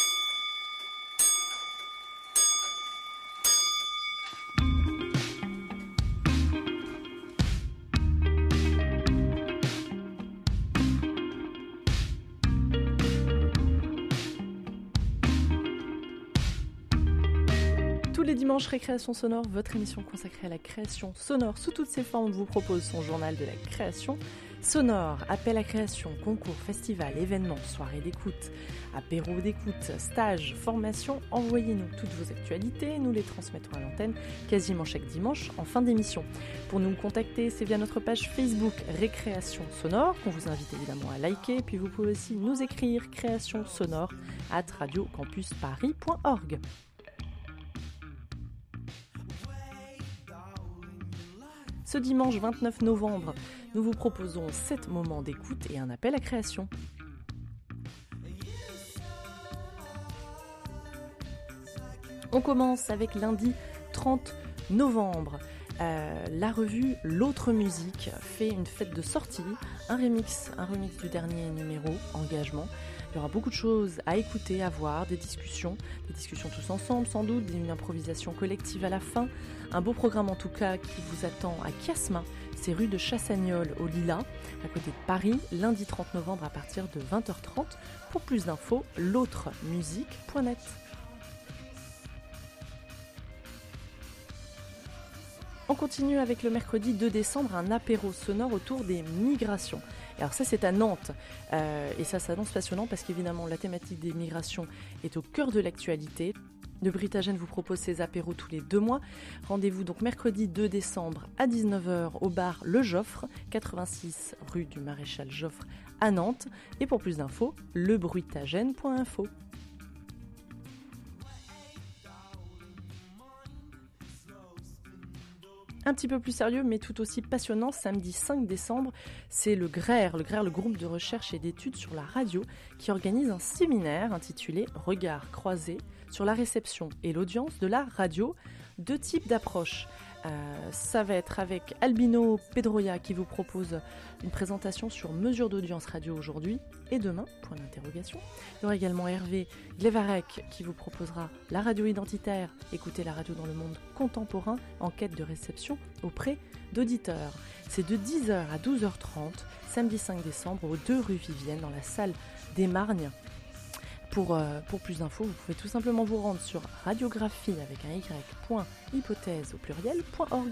Les dimanches Récréation Sonore, votre émission consacrée à la création sonore sous toutes ses formes, vous propose son journal de la création sonore. Appel à création, concours, festival, événements, soirées d'écoute, apéro d'écoute, stages, formation, envoyez-nous toutes vos actualités, nous les transmettons à l'antenne quasiment chaque dimanche en fin d'émission. Pour nous contacter, c'est via notre page Facebook Récréation Sonore, qu'on vous invite évidemment à liker, puis vous pouvez aussi nous écrire création sonore arobase radio campus paris point org. Ce dimanche vingt-neuf novembre, nous vous proposons sept moments d'écoute et un appel à création. On commence avec lundi trente novembre. Euh, la revue L'Autre Musique fait une fête de sortie, un remix, un remix du dernier numéro, Engagement. Il y aura beaucoup de choses à écouter, à voir, des discussions, des discussions tous ensemble sans doute, une improvisation collective à la fin. Un beau programme en tout cas qui vous attend à Kiasma, c'est rue de Chassagnol au Lilas, à côté de Paris, lundi trente novembre à partir de vingt heures trente. Pour plus d'infos, l'autre musique point net. On continue avec le mercredi deux décembre, un apéro sonore autour des migrations. Alors ça c'est à Nantes, euh, et ça s'annonce passionnant parce qu'évidemment la thématique des migrations est au cœur de l'actualité. Le Brutagène vous propose ses apéros tous les deux mois. Rendez-vous donc mercredi deux décembre à dix-neuf heures au bar Le Joffre, quatre-vingt-six rue du Maréchal Joffre à Nantes. Et pour plus d'infos, lebrutagène point info. Un petit peu plus sérieux, mais tout aussi passionnant, samedi cinq décembre, c'est le G R E R, le G R E R, le groupe de recherche et d'études sur la radio, qui organise un séminaire intitulé « Regards croisés sur la réception et l'audience de la radio ». Deux types d'approches. Euh, ça va être avec Albino Pedroia qui vous propose une présentation sur mesure d'audience radio aujourd'hui et demain, point d'interrogation. Il y aura également Hervé Glevarec qui vous proposera la radio identitaire, écoutez la radio dans le monde contemporain en quête de réception auprès d'auditeurs. C'est de dix heures à douze heures trente, samedi cinq décembre, aux deux rue Vivienne, dans la salle des Margnes. Pour, euh, pour plus d'infos, vous pouvez tout simplement vous rendre sur radiographie avec un y point hypothèse au pluriel point org.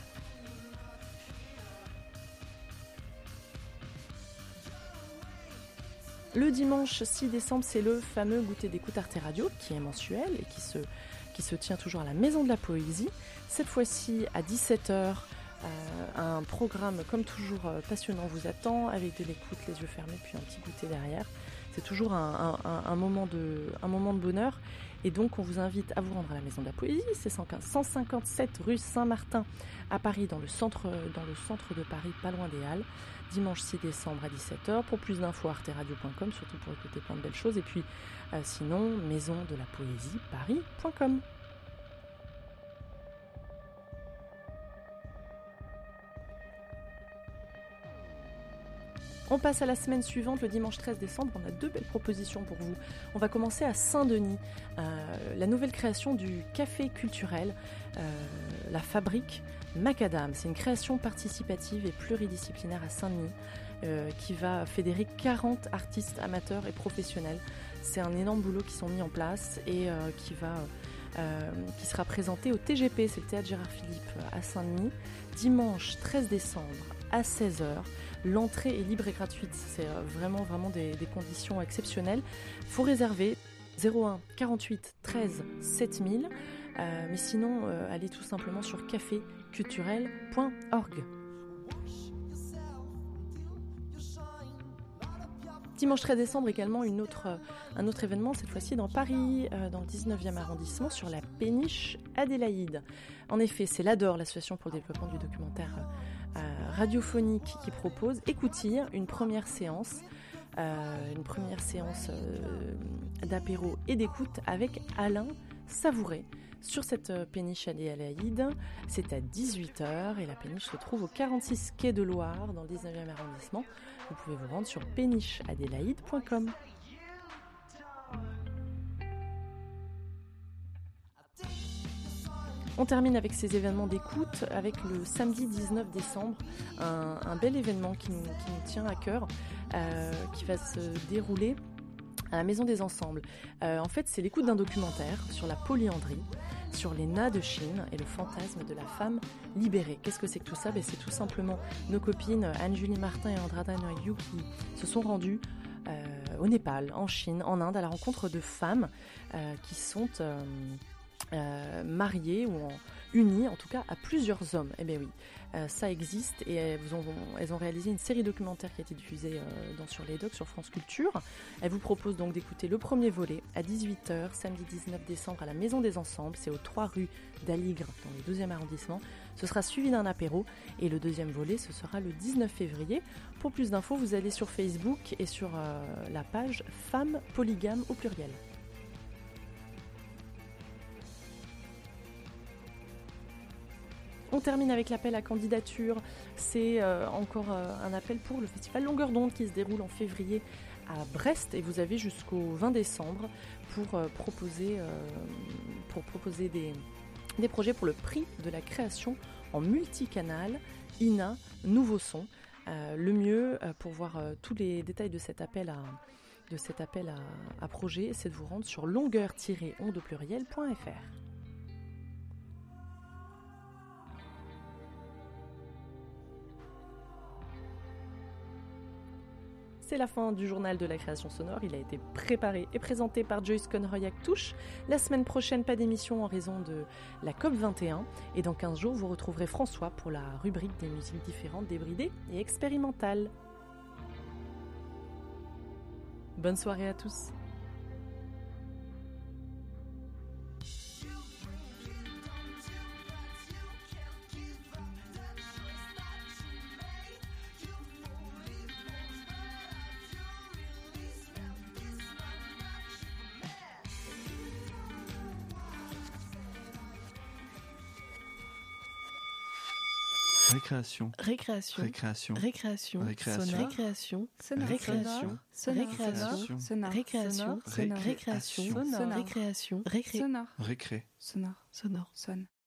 Le dimanche six décembre, c'est le fameux goûter d'écoute Arte Radio qui est mensuel et qui se, qui se tient toujours à la Maison de la Poésie. Cette fois-ci à dix-sept heures, euh, un programme comme toujours euh, passionnant vous attend avec de l'écoute, les yeux fermés, puis un petit goûter derrière. C'est toujours un, un, un, moment de, un moment de bonheur. Et donc, on vous invite à vous rendre à la Maison de la Poésie. C'est cent cinquante-sept rue Saint-Martin à Paris, dans le centre, dans le centre de Paris, pas loin des Halles. Dimanche six décembre à dix-sept heures. Pour plus d'infos, arte radio point com, surtout pour écouter plein de belles choses. Et puis, euh, sinon, maison de la poésie paris point com. On passe à la semaine suivante, le dimanche treize décembre, on a deux belles propositions pour vous. On va commencer à Saint-Denis, euh, la nouvelle création du café culturel, euh, la fabrique Macadam. C'est une création participative et pluridisciplinaire à Saint-Denis euh, qui va fédérer quarante artistes amateurs et professionnels. C'est un énorme boulot qui sont mis en place et euh, qui va... Euh, qui sera présenté au T G P, c'est le théâtre Gérard Philippe à Saint-Denis, dimanche treize décembre à seize heures. L'entrée est libre et gratuite, c'est vraiment vraiment des, des conditions exceptionnelles. Il faut réserver zéro un quarante-huit treize sept mille, euh, mais sinon euh, allez tout simplement sur café culturel point org. Dimanche treize décembre également une autre, un autre événement, cette fois-ci dans Paris, euh, dans le dix-neuvième arrondissement, sur la péniche Adélaïde. En effet, c'est l'A D O R, l'association pour le développement du documentaire euh, radiophonique, qui propose Écoutir, une première séance, euh, une première séance euh, d'apéro et d'écoute avec Alain savourer sur cette péniche Adélaïde. C'est à dix-huit heures et la péniche se trouve au quarante-six quai de Loire dans le dix-neuvième arrondissement. Vous pouvez vous rendre sur péniche adélaïde point com. On termine avec ces événements d'écoute avec le samedi dix-neuf décembre, un, un bel événement qui nous, qui nous tient à cœur, euh, qui va se dérouler à la Maison des Ensembles. Euh, en fait, c'est l'écoute d'un documentaire sur la polyandrie, sur les nas de Chine et le fantasme de la femme libérée. Qu'est-ce que c'est que tout ça ? Ben, c'est tout simplement nos copines Anne-Julie Martin et Andrada Noyou qui se sont rendues euh, au Népal, en Chine, en Inde, à la rencontre de femmes euh, qui sont... Euh, Euh, mariées ou en, unies en tout cas à plusieurs hommes. Eh bien oui, euh, ça existe et elles ont, elles ont réalisé une série documentaire qui a été diffusée euh, dans, sur les docs sur France Culture. Elle vous propose donc d'écouter le premier volet à dix-huit heures, samedi dix-neuf décembre à la Maison des Ensembles, c'est aux trois rue d'Aligre dans le douzième arrondissement. Ce sera suivi d'un apéro et le deuxième volet ce sera le dix-neuf février. Pour plus d'infos, vous allez sur Facebook et sur euh, la page Femmes Polygames au pluriel. On termine avec l'appel à candidature. C'est euh, encore euh, un appel pour le festival Longueur d'onde qui se déroule en février à Brest et vous avez jusqu'au vingt décembre pour euh, proposer, euh, pour proposer des, des projets pour le prix de la création en multicanal I N A Nouveau Son. Euh, le mieux euh, pour voir euh, tous les détails de cet appel à, de cet appel à, à projet, c'est de vous rendre sur longueur tiret onde au pluriel point f r. C'est la fin du journal de la création sonore. Il a été préparé et présenté par Joyce Conroy-Actouche. La semaine prochaine, pas d'émission en raison de la COP vingt et un. Et dans quinze jours, vous retrouverez François pour la rubrique des musiques différentes, débridées et expérimentales. Bonne soirée à tous. Récréation. Récréation. Récréation. Récréation. Récréation. Récréation. Sonore. Récréation. Sonore. Récréation. Sonore. Récréation. Sonore. Récréation. Sonore. Récréation. Récré. Sonore. Récré. Sonore. Sonore. Sonne.